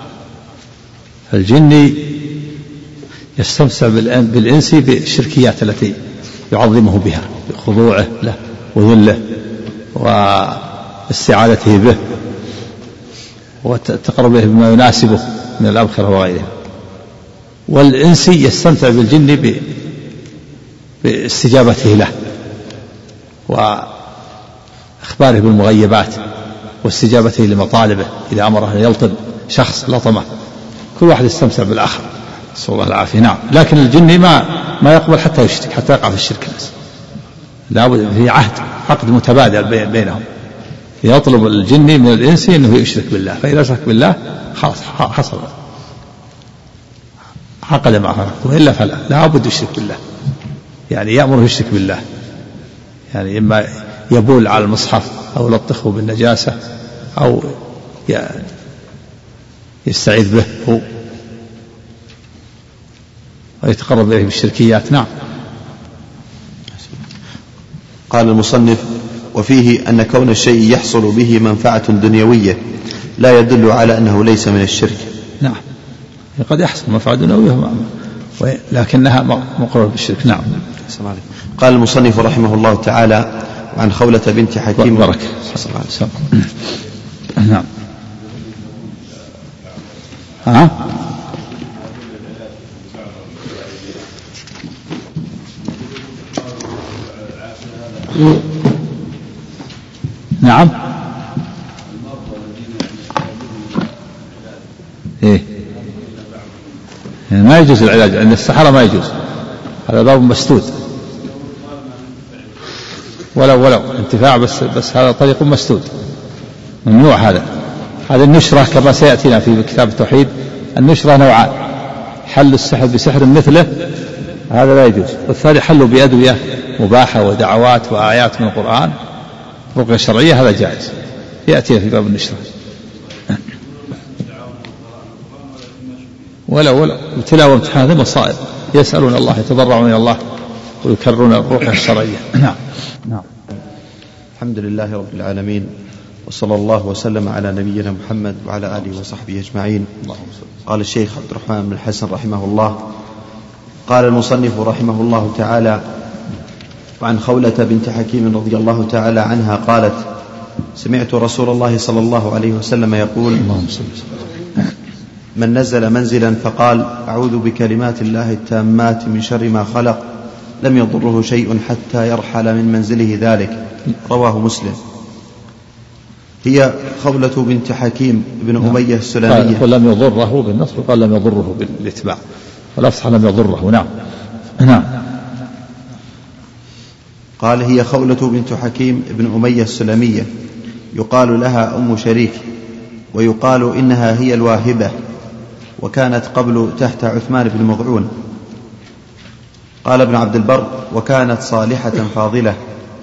الجني يستمتع بالإنسي بالشركيات التي يعظمه بها بخضوعه له وذله واستعاذته به. والتقرب إليه بما يناسبه من الأبخرة وغيرها. والإنسي يستمتع بالجن باستجابته له وإخباره بالمغيبات واستجابته لمطالبه إذا أمره أن يلطم شخص لطمه، كل واحد يستمتع بالآخر، نسأل الله العافية. نعم. لكن الجن ما ما يقبل حتى يشرك، حتى يقع في الشرك الناس، لابد في عهد عقد متبادل بينهم، يطلب الجن من الإنس أنه يشرك بالله، فإذا شرك بالله خلاص حصل عقد معه، وإلا فلا لابد يشرك بالله، يعني يأمره يشرك بالله، يعني إما يبول على المصحف أو يلطخه بالنجاسة أو يستعيذ به هو ويتقرب إليه بالشركيات. نعم. قال المصنف: وفيه أن كون الشيء يحصل به منفعة دنيوية لا يدل على أنه ليس من الشرك. نعم، قد يحصل منفعة دنيوية لكنها مقررة بالشرك. نعم. قال المصنف رحمه الله تعالى: عن خولة بنت حكيم بركة. نعم. ها؟ نعم. إيه؟ ما يجوز العلاج عند السحرة، ما يجوز، هذا باب مسدود، ولو ولو انتفاع بس بس هذا طريق مسدود ممنوع. هذا هذا النشرة كما سيأتينا في كتاب التوحيد، النشرة نوعان: حل السحر بسحر مثله، هذا لا يجوز، والثاني حل بأدوية مباحة ودعوات وآيات من القرآن رقية شرعية، هذا جائز، يأتي في باب النشرة. ولا ولا ابتلاء وامتحان مصائب، يسألون الله، يتضرعون إلى الله ويكررون الرقية الشرعية. نعم. نعم. الحمد لله رب العالمين، وصلى الله وسلم على نبينا محمد وعلى آله وصحبه أجمعين. قال الشيخ عبد الرحمن بن الحسن رحمه الله: قال المصنف رحمه الله تعالى: وعن خولة بنت حكيم رضي الله تعالى عنها قالت: سمعت رسول الله صلى الله عليه وسلم يقول: من نزل منزلا فقال: أعوذ بكلمات الله التامات من شر ما خلق، لم يضره شيء حتى يرحل من منزله ذلك. رواه مسلم. هي خولة بنت حكيم بن أمية السلمية. قال لم يضره بالنصر، وقال لم يضره بالاتباع، والأفصح لم يضره. نعم. نعم. قال: هي خولة بنت حكيم بن أمية السلمية، يقال لها أم شريك، ويقال إنها هي الواهبة، وكانت قبل تحت عثمان بن مضعون. قال ابن عبد البر: وكانت صالحة فاضلة.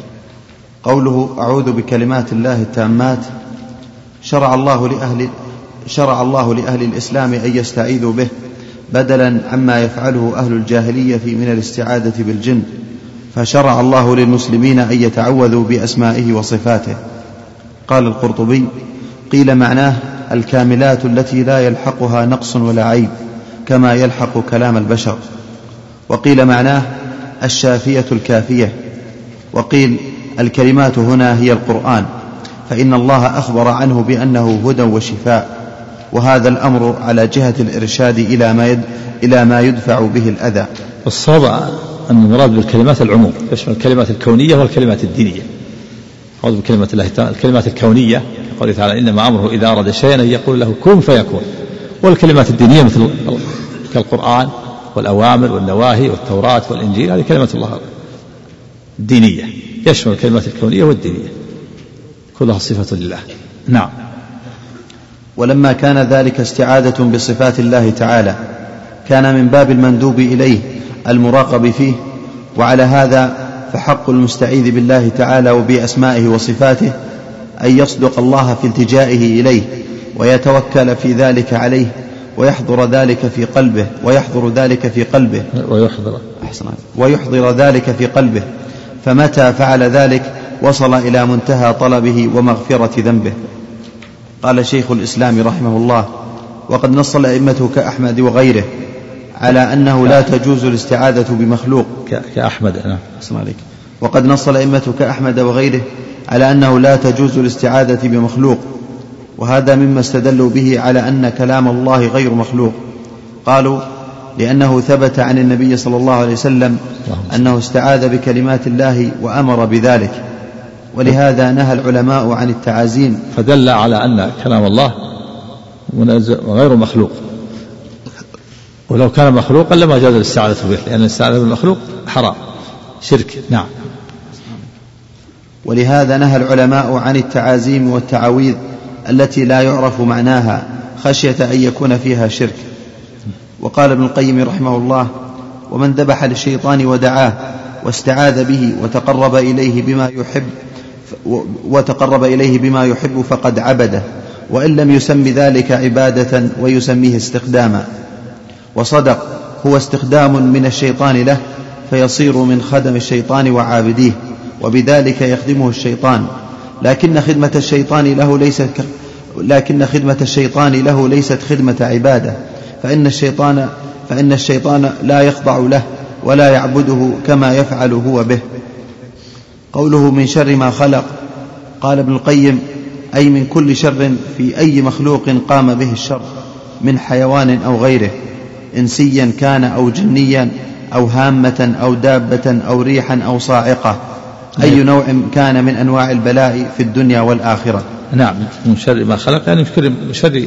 قوله أعوذ بكلمات الله التامات، شرع الله لأهل, شرع الله لأهل الإسلام أن يستعيذوا به بدلا عما يفعله أهل الجاهلية من الاستعاذة بالجن، فشرع الله للمسلمين أن يتعوذوا بأسمائه وصفاته. قال القرطبي: قيل معناه الكاملات التي لا يلحقها نقص ولا عيب كما يلحق كلام البشر. وقيل معناه الشافية الكافية. وقيل الكلمات هنا هي القرآن، فإن الله أخبر عنه بأنه هدى وشفاء، وهذا الأمر على جهة الإرشاد إلى ما, يد إلى ما يدفع به الأذى. الصواب أن المراد بالكلمات العموم، يشمل الكلمات الكونية والكلمات الدينية. أعوذ بكلمات الله تعالى، الكلمات الكونية قوله تعالى: إنما أمره إذا أراد شيئا أن يقول له كن فيكون. والكلمات الدينية مثل كالقرآن والأوامر والنواهي والتوراة والإنجيل، هذه كلمة الله الدينية، يشمل الكلمات الكونية والدينية، كلها صفة لله. نعم. ولما كان ذلك استعاذة بصفات الله تعالى، كان من باب المندوب إليه المراقب فيه، وعلى هذا فحق المستعيذ بالله تعالى وبأسمائه وصفاته أن يصدق الله في التجائه إليه، ويتوكل في ذلك عليه، ويحضر ذلك في قلبه ويحضر ذلك في قلبه ويحضر ويحضر ذلك في قلبه فمتى فعل ذلك وصل إلى منتهى طلبه ومغفرة ذنبه. قال شيخ الإسلام رحمه الله: وقد نص الأئمة كأحمد وغيره على أنه لا تجوز الاستعاذة بمخلوق كأحمد أنا وقد نص الأئمة كأحمد وغيره على أنه لا تجوز الاستعاذة بمخلوق، وهذا مما استدلوا به على أن كلام الله غير مخلوق. قالوا لأنه ثبت عن النبي صلى الله عليه وسلم أنه استعاذ بكلمات الله وأمر بذلك، ولهذا نهى العلماء عن التعازيم، فدل على أن كلام الله غير مخلوق، ولو كان مخلوقا لما جاز الاستعاذة به، لأن الاستعاذة بالمخلوق حرام شرك. نعم. ولهذا نهى العلماء عن التعازيم والتعاويذ التي لا يعرف معناها خشية أن يكون فيها شرك. وقال ابن القيم رحمه الله: ومن ذبح للشيطان ودعاه واستعاذ به وتقرب إليه بما يحب وتقرب إليه بما يحب فقد عبده، وإن لم يسم ذلك عبادة ويسميه استخداما. وصدق، هو استخدام من الشيطان له، فيصير من خدم الشيطان وعابديه، وبذلك يخدمه الشيطان. لكن خدمة الشيطان له ليست لكن خدمة الشيطان له ليست خدمة عبادة، فإن الشيطان فإن الشيطان لا يخضع له ولا يعبده كما يفعل هو به. قوله من شر ما خلق، قال ابن القيم: أي من كل شر في أي مخلوق قام به الشر، من حيوان أو غيره، إنسيا كان أو جنيا أو هامة أو دابة أو ريحا أو صاعقة، أي نوع كان من أنواع البلاء في الدنيا والآخرة. نعم، من شر ما خلق يعني من شر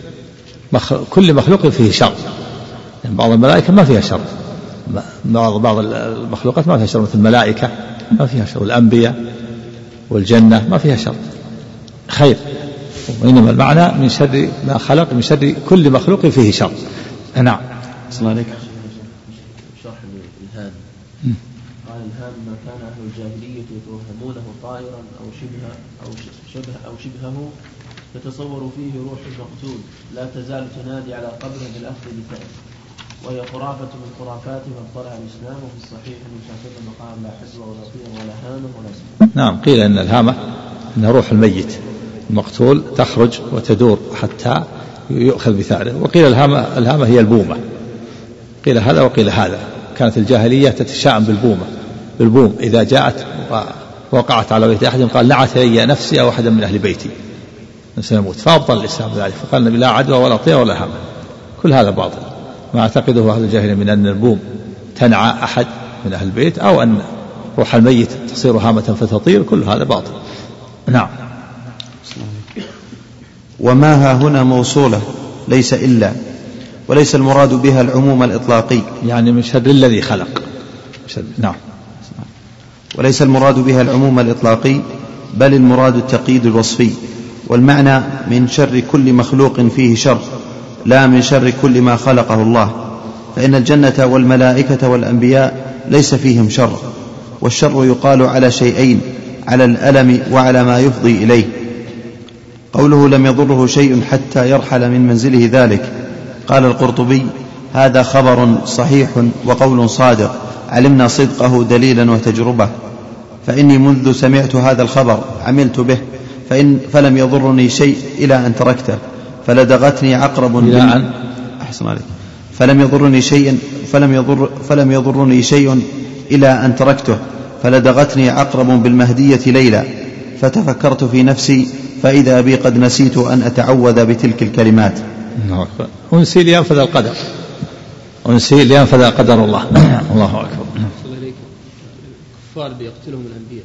كل مخلوق فيه شر. يعني بعض الملائكة ما فيها شر، بعض بعض المخلوقات ما فيها شر، مثل الملائكة ما فيها شر، والأنبياء والجنة ما فيها شر، خير. وإنما المعنى من شر ما خلق، من شر كل مخلوق فيه شر. نعم. صلى الله عليك. شرح الهام. قال الهام ما كان أهل الجاهلية يتوهمونه طائرا أو شبه أو شبه أو شبهه يتصور فيه روح المقتول، لا تزال تنادي على قبره بالأخذ بثأر، وهي خرافة من خرافاته فاطلع الإسلام. وفي الصحيح أن شاهد مقام لا حزب ولا طير ولا هامة ولا سمع. نعم. قيل أن الهامة أن روح الميت المقتول تخرج وتدور حتى يؤخذ بثأره. وقيل الهامة الهامة هي البومة، قيل هذا وقيل هذا. كانت الجاهلية تتشائم بالبومة بالبوم إذا جاءت ووقعت على بيت أحد قال: نعت لي نفسي أو أحدا من أهل بيتي سيموت، فأبطل الإسلام ذلك، فقال النبي: لا عدوى ولا طير ولا هامة. كل هذا باطل، ما اعتقده أهل الجاهلية من أن البوم تنعى أحد من أهل البيت، أو أن روح الميت تصير هامة فتطير، كل هذا باطل. نعم. وما ها هنا موصولة ليس إلا، وليس المراد بها العموم الإطلاقي، يعني من شر الذي خلق. نعم. وليس المراد بها العموم الإطلاقي، بل المراد التقييد الوصفي. والمعنى من شر كل مخلوق فيه شر، لا من شر كل ما خلقه الله، فإن الجنة والملائكة والأنبياء ليس فيهم شر. والشر يقال على شيئين: على الألم وعلى ما يفضي إليه. قوله لم يضره شيء حتى يرحل من منزله ذلك، قال القرطبي: هذا خبر صحيح وقول صادق علمنا صدقه دليلا وتجربة، فإني منذ سمعت هذا الخبر عملت به، فإن فلم يضرني شيء إلى أن تركته، فلدغتني عقرب إلى أن أحسن عليك فلم يضرني شيء فلم يضر فلم يضرني شيء إلى أن تركته، فلدغتني عقرب بالمهدية ليلا، فتفكرت في نفسي فإذا بي قد نسيت أن أتعوذ بتلك الكلمات. أنسي لينفذ القدر، أنسي لينفذ قدر الله. الله أكبر. الكفار بيقتلهم الأنبياء،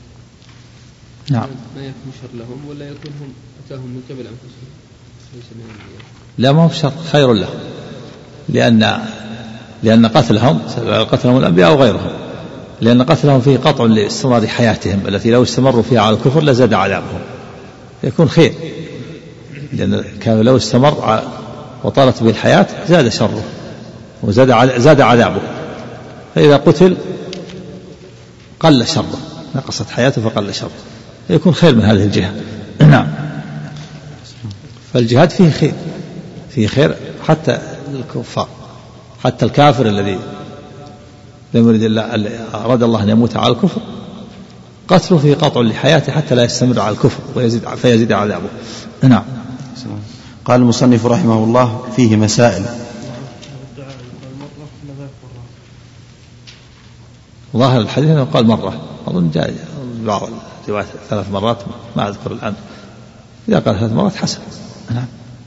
نعم، ما يكون شر لهم ولا يكون هم أتاهم من قبل أنفسهم ليس من الأنبياء؟ لا، ما هو شر، خير لهم، لأن لأن قتلهم قتلهم الأنبياء أو غيرهم، لأن قتلهم فيه قطع لاستمرار حياتهم التي لو استمروا فيها على الكفر لزاد عذابهم، يكون خير، لأن كان لو استمر وطالت به الحياة زاد شره وزاد زاد عذابه، فإذا قتل قل شره، نقصت حياته فقل شره، يكون خير من هذه الجهة. نعم. فالجهاد فيه خير، فيه خير حتى الكفار، حتى الكافر الذي لم يريد الله أراد الله أن يموت على الكفر، قتله فيه قطع لحياته حتى لا يستمر على الكفر ويزيد فيزيد عذابه. نعم. قال المصنف رحمه الله: فيه مسائل. ظاهر الحديث أنه قال مرة، أظن جاء بعض الروايات ثلاث مرات، ما أذكر الآن. إذا قال ثلاث مرات حسن. نعم.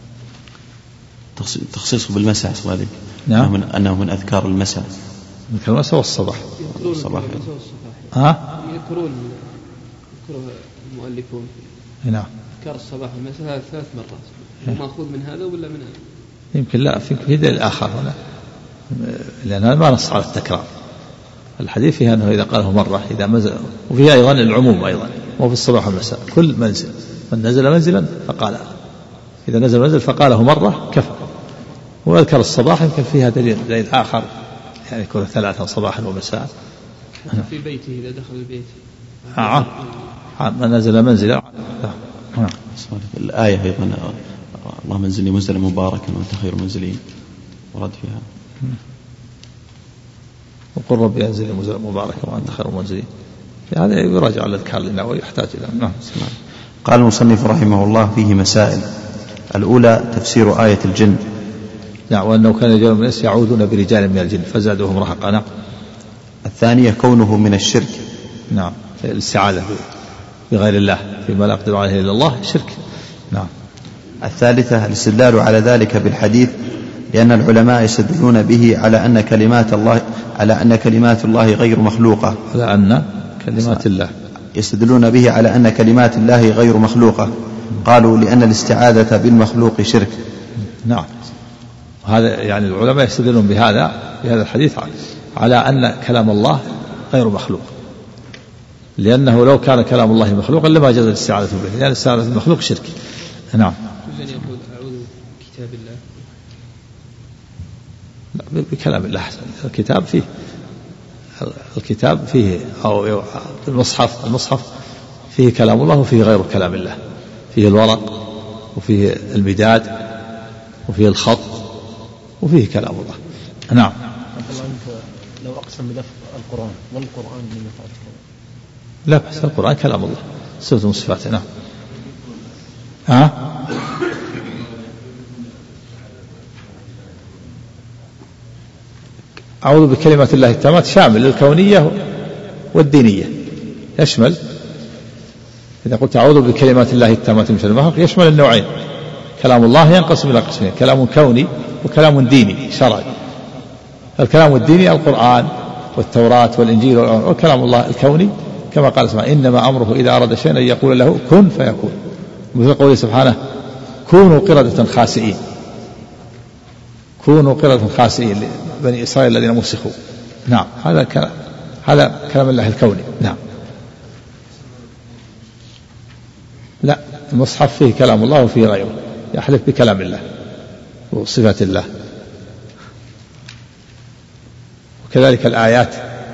تخصيصه بالمساء صادق. نعم. من أنه من أذكار المساء. أذكار المساء والصباح. الصباح. ها؟ يذكرون يذكرون المؤلفون. نعم. أذكار الصباح والمساء ثلاث مرات. مأخوذ من هذا ولا من هذا؟ يمكن لا، في دليل آخر هنا، لأن هذا ما نص على التكرار. الحديث فيها أنه إذا قاله مرة إذا نزل، وفيها أيضا العموم أيضا، وفي الصباح والمساء كل منزل من نزل منزلا فقال، إذا نزل منزل فقاله مرة كفى. وأذكر الصباح يمكن فيها دليل دليل آخر، يعني يكون ثلاثا صباحا ومساء. في بيته إذا دخل البيت. آه. من نزل منزلا. آه. الآية أيضا اللهم انزلني منزلا مباركا وأنت خير المنزلين ورد فيها. وقل ربي أنزلني منزلا مباركا وأنت خير المنزلين. هذا يراجع على الأذكار لنا ويحتاج إلى. نعم. قال المصنف رحمه الله فيه مسائل. الأولى تفسير آية الجن. نعم. وأنه كان رجال من الإنس يعوذون برجال من الجن فزادوهم رهقا. نعم. الثانية كونه من الشرك. نعم. الاستعاذة بغير الله فيما لا يقدر عليه إلا الله شرك. نعم. الثالثة الاستدلال على ذلك بالحديث، لأن العلماء يستدلون به على أن كلمات الله على أن كلمات الله غير مخلوقة. على أن كلمات الله يستدلون به على أن كلمات الله غير مخلوقة. قالوا لأن الاستعاذة بالمخلوق شرك. نعم. هذا يعني العلماء يستدلون بهذا بهذا الحديث على أن كلام الله غير مخلوق، لأنه لو كان كلام الله مخلوقا لما جاز الاستعاذة به، لأن الاستعاذة بالمخلوق شرك. نعم. يقول أعوذ بكتاب الله. لا، بكلام الله أحسن. الكتاب فيه الكتاب فيه أو المصحف المصحف فيه كلام الله وفيه غير كلام الله، فيه الورق وفيه المداد وفيه الخط وفيه كلام الله. نعم. لو أقسم بلفظ القرآن والقرآن من مفاتيح لا بأس، القرآن كلام الله صفة من صفاته. نعم. ها؟ أعوذ بكلمات الله التامات شامل للكونية والدينية، يشمل إذا قلت أعوذ بكلمات الله التامات من شر ما خلق يشمل النوعين. كلام الله ينقسم إلى قسمين، كلام كوني وكلام ديني شرعي. الكلام الديني القرآن والتوراة والإنجيل، وكلام الله الكوني كما قال سبحانه إنما أمره إذا أراد شيئا أن يقول له كن فيكون، مثل قوله سبحانه كونوا قردة خاسئين، كونوا قردة خاسئين بني إسرائيل الذين مسخوا. نعم. هذا كلام هذا كلام الله الكوني. نعم. لا، المصحف فيه كلام الله وفيه غيره، يحلف بكلام الله وصفات الله. وكذلك الآيات،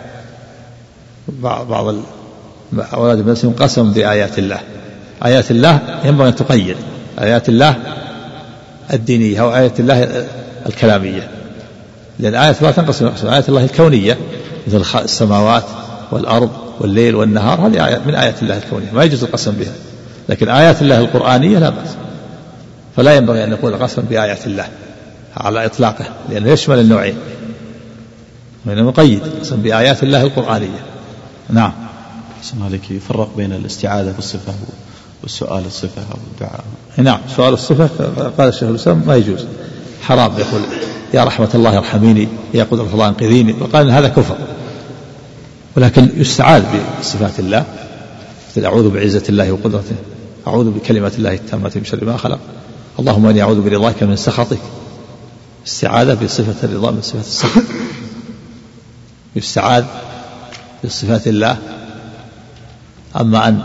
بعض أولاد الناس ينقسم بآيات الله. آيات الله ينبغي أن تقيد آيات الله الدينية أو آيات الله الكلامية، لأن آيات الله تنقسم إلى آيات الله الكونية مثل السماوات والأرض والليل والنهار، هذه آيات من آيات الله الكونية ما يجوز القسم بها. لكن آيات الله القرآنية لا بأس، فلا ينبغي أن نقول القسم بآيات الله على إطلاقه، لأنه يشمل النوعين، وإنما مقيد قسم بآيات الله القرآنية. نعم. أحسن عليك. يفرق بين الاستعاذة بالصفة والسؤال الصفة أو الدعاء. نعم. سؤال الصفة قال الشيخ الإسلام ما يجوز، حرام. يقول يا رحمة الله ارحميني، يا قدرة الله انقذيني، وقال إن هذا كفر. ولكن يستعاذ بصفات الله، أعوذ بعزة الله وقدرته، أعوذ بكلمات الله التامة من شر ما خلق، اللهم إني أعوذ برضاك من سخطك. استعاذة بصفة الرضا من صفة السخط. يستعاذ بصفات الله. أما أن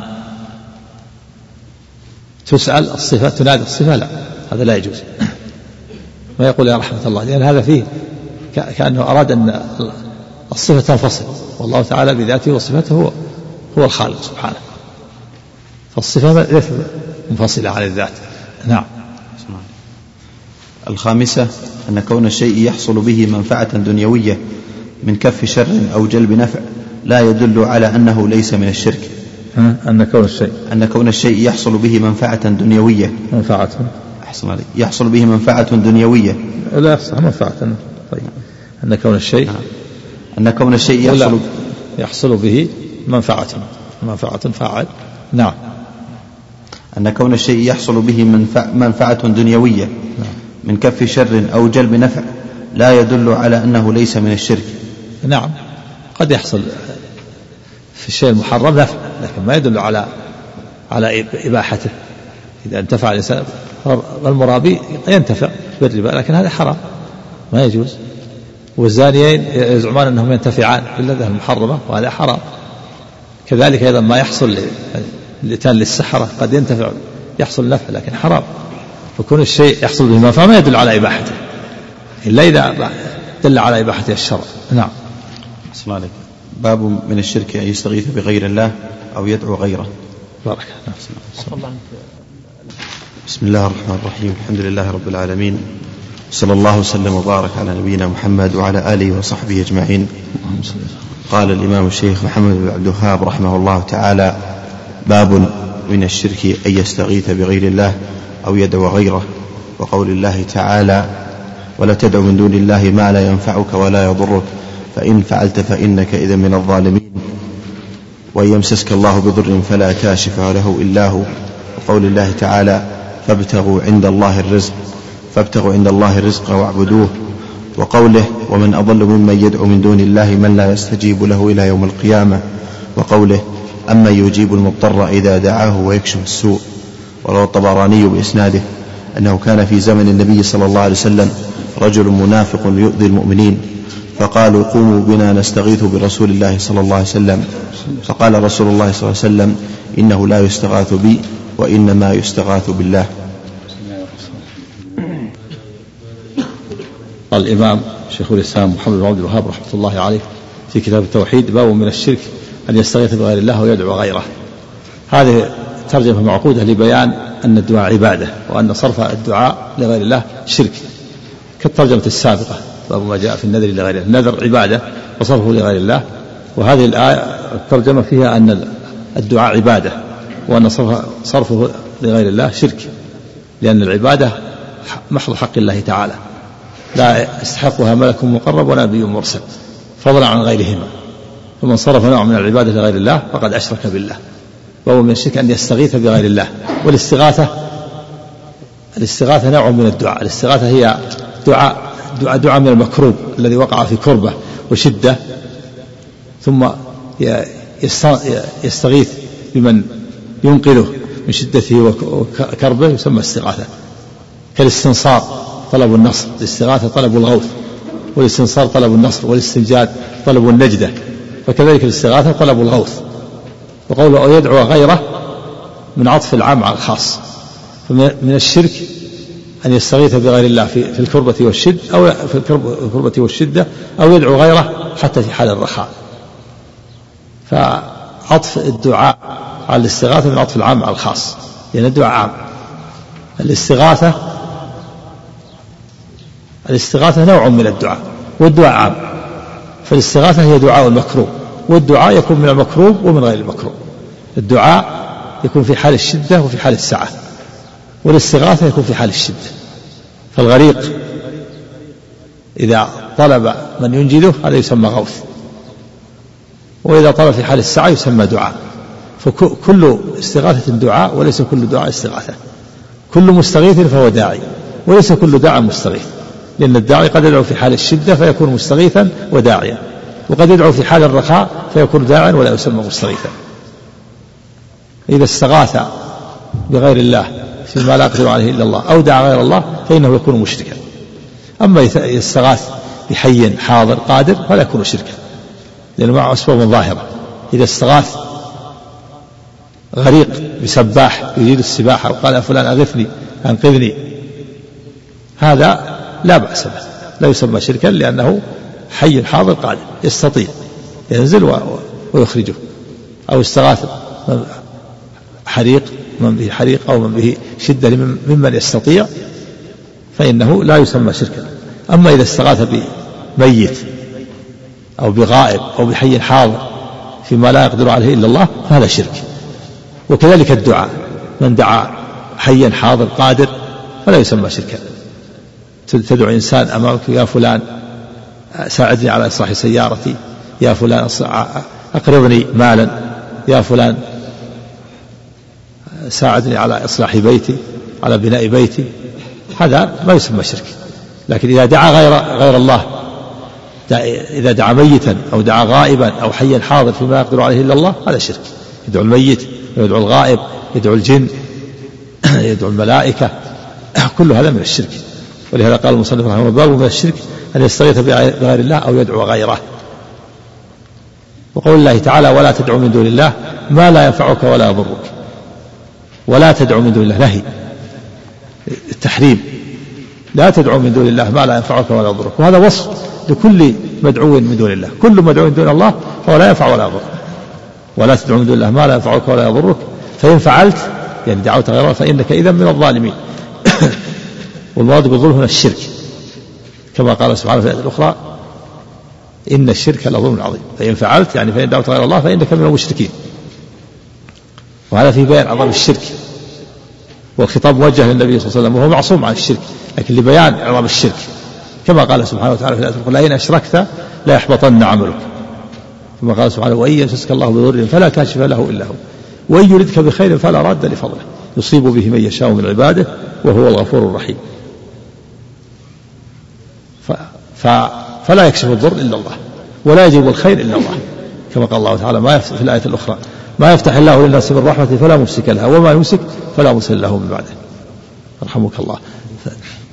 تسأل الصفة تنادي الصفة لا، هذا لا يجوز. ما يقول يا رحمة الله، لأن هذا فيه كأنه أراد أن الصفة تنفصل، والله تعالى بذاته وصفته هو هو الخالق سبحانه، فالصفة ليست منفصلة عن الذات. نعم. الخامسة أن كون الشيء يحصل به منفعة دنيوية من كف شر أو جلب نفع لا يدل على أنه ليس من الشرك. أن كون الشيء أن كون الشيء يحصل به منفعة دنيوية منفعة أحسن عليك يحصل به منفعة دنيوية لا يحصل منفعة. طيب. أن كون الشيء أن كون الشيء يحصل يحصل به منفعة منفعة فاعل. نعم. أن كون الشيء يحصل به منفع منفعة دنيوية من كف شر أو جلب نفع لا يدل على أنه ليس من الشرك. نعم قد يحصل في الشيء المحرم نفع لكن ما يدل على على إباحته. إذا انتفع الإنسان والمرابي ينتفع بالربا لكن هذا حرام ما يجوز. والزانيين يزعمان أنهم ينتفعان باللذة المحرمة وهذا حرام. كذلك أيضا ما يحصل لتان للسحرة قد ينتفع يحصل نفع لكن حرام. فكون الشيء يحصل به منفعة ما يدل على إباحته إلا إذا دل على إباحته الشرع. نعم. أصلا عليك. باب من الشرك أن يستغيث بغير الله أو يدعو غيره. بارك. بسم الله الرحمن الرحيم. الحمد لله رب العالمين صلى الله وسلم وبارك على نبينا محمد وعلى آله وصحبه أجمعين. قال الإمام الشيخ محمد بن عبد الوهاب رحمه الله تعالى: باب من الشرك أن يستغيث بغير الله أو يدعو غيره. وقول الله تعالى: ولا تدع من دون الله ما لا ينفعك ولا يضرك فإن فعلت فإنك إذا من الظالمين. وإن يمسسك الله بضر فلا كاشف له إلا هو. وقول الله تعالى: فابتغوا عند الله الرزق فابتغوا عند الله الرزق واعبدوه. وقوله: ومن أضل ممن يدعو من دون الله من لا يستجيب له إلى يوم القيامة. وقوله: أما يجيب المضطر إذا دعاه ويكشف السوء. وروى الطبراني بإسناده أنه كان في زمن النبي صلى الله عليه وسلم رجل منافق يؤذي المؤمنين فقالوا: قوموا بنا نستغيث برسول الله صلى الله عليه وسلم. فقال رسول الله صلى الله عليه وسلم: إنه لا يستغاث بي وإنما يستغاث بالله. قال الإمام شيخ الإسلام محمد بن عبد الوهاب رحمة الله عليه في كتاب التوحيد: باب من الشرك أن يستغيث بغير الله ويدعو غيره. هذه ترجمة معقودة لبيان أن الدعاء عبادة وأن صرف الدعاء لغير الله شرك كالترجمة السابقة باب ما جاء في النذر لغير الله. النذر عبادة وصرفه لغير الله. وهذه الآية الترجمة فيها أن الدعاء عبادة وأن صرفه لغير الله شرك لأن العبادة محض حق الله تعالى لا يستحقها ملك مقرب ولا نبي مرسل فضلا عن غيرهما. فمن صرف نوع من العبادة لغير الله فقد أشرك بالله. وهو من الشرك أن يستغيث بغير الله. والاستغاثة الاستغاثة نوع من الدعاء. الاستغاثة هي دعاء دعاء, دعاء من المكروب الذي وقع في كربة وشدة ثم يستغيث بمن ينقذه من شدته وكربه يسمى استغاثة. كالاستنصار طلب النصر. الاستغاثة طلب الغوث والاستنصار طلب النصر والاستنجاد طلب النجدة. فكذلك الاستغاثة طلب الغوث. وقوله أو يدعو غيره من عطف العام على الخاص. فمن الشرك أن يستغيث بغير الله في الكربة والشدة أو في الكربة والشدة أو يدعو غيره حتى في حال الرخاء. فعطف الدعاء على الاستغاثة من عطف العام على الخاص لأن يعني الدعاء عام. الاستغاثة الاستغاثة نوع من الدعاء والدعاء عام. فالاستغاثة هي دعاء المكروب والدعاء يكون من المكروب ومن غير المكروب. الدعاء يكون في حال الشدة وفي حال السعة والاستغاثة يكون في حال الشدة. فالغريق إذا طلب من ينجده هذا يسمى غوث وإذا طلب في حال السعة يسمى دعاء. فكل استغاثة دعاء وليس كل دعاء استغاثة. كل مستغيث فهو داعي وليس كل داعي مستغيث لأن الداعي قد يدعو في حال الشدة فيكون مستغيثا وداعيا وقد يدعو في حال الرخاء فيكون داعيا ولا يسمى مستغيثا. إذا استغاث بغير الله فيما لا يقدر عليه إلا الله أو دعا غير الله فإنه يكون مشركا. أما يستغاث بحي حاضر قادر فلا يكون شركا لأنه معه أسباب ظاهرة. إذا استغاث غريق بسباح يريد السباحة وقال فلان أغثني أنقذني هذا لا بأس به لا يسمى شركا لأنه حي حاضر قادر يستطيع ينزل ويخرجه. أو استغاث حريق من به حريق أو من به شدة ممن يستطيع فإنه لا يسمى شركا. أما إذا استغاث بميت أو بغائب أو بحي حاضر فيما لا يقدر عليه إلا الله فهذا شرك. وكذلك الدعاء من دعا حيا حاضر قادر فلا يسمى شركا. تدعو إنسان أمامك يا فلان ساعدني على إصلاح سيارتي يا فلان أقرضني مالا يا فلان ساعدني على إصلاح بيتي، على بناء بيتي، هذا ما يسمى شرك. لكن إذا دعا غير غير الله، إذا دعا ميتا أو دعا غائبا أو حيا حاضر فيما يقدر عليه إلا الله، هذا شرك. يدعو الميت، يدعو الغائب، يدعو الجن، يدعو الملائكة، كل هذا من الشرك. ولهذا قال المصنف رحمه الله: باب من الشرك أن يستغيث بغير الله أو يدعو غيره. وقول الله تعالى: ولا تدعو من دون الله ما لا ينفعك ولا يضرك. ولا تدعو من دون الله، نهي، التحريم، لا تدعو من دون الله ما لا ينفعك ولا يضرك. وهذا وصف لكل مدعو من دون الله، كل مدعو من دون الله هو لا ينفع ولا يضر. ولا تدعو من دون الله ما لا ينفعك ولا يضرك، فإن فعلت يعني دعوت غيره فإنك إذا من الظالمين. والمراد بالظلم هنا الشرك، كما قال سبحانه في الآية الأخرى: إن الشرك لظلم عظيم. فإن فعلت يعني فإن دعوت غير الله فإنك من المشركين. وهذا في بيان عظم الشرك، والخطاب موجه للنبي صلى الله عليه وسلم وهو معصوم عن الشرك، لكن لبيان عظم الشرك، كما قال سبحانه وتعالى في الآية الأخرى: لئن أشركت لا يحبطن عملك. ثم قال سبحانه: وإن يمسسك الله بضر فلا كاشف له إلا هو وإن يردك بخير فلا راد لفضله يصيب به من يشاء من عباده وهو الغفور الرحيم. ف... ف... فلا يكشف الضر إلا الله، ولا يجيب الخير إلا الله، كما قال الله تعالى ما يفتح في الآية الأخرى: ما يفتح الله للناس من رحمة فلا ممسك لها وما يمسك فلا مرسل له من بعده. رحمك الله. ف...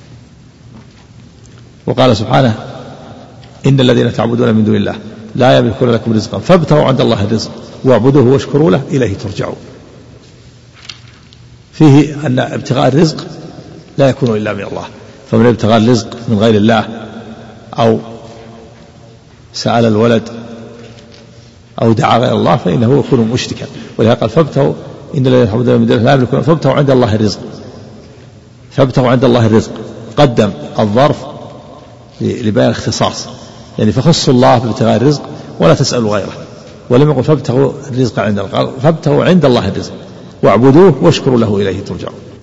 وقال سبحانه: إن الذين تعبدون من دون الله لا يملكون لكم رزقا فابتغوا عند الله الرزق واعبدوه واشكروا له إليه ترجعون. فيه أن ابتغاء الرزق لا يكون إلا من الله، فمن ابتغاء الرزق من غير الله أو سأل الولد أو دعا غير الله فإنه يكون مشركا. ولهذا قال: فابتغوا إن الذين تعبدون من دون الله لا يملكون فابتغوا عند الله الرزق. فابتغوا عند الله الرزق، قدم الظرف لبيان الاختصاص، يعني فخصوا الله بابتغاء الرزق ولا تسألوا غيره. ولم يقل فابتغوا الرزق عند الله، فابتغوا عند الله الرزق واعبدوه واشكروا له إليه ترجعون.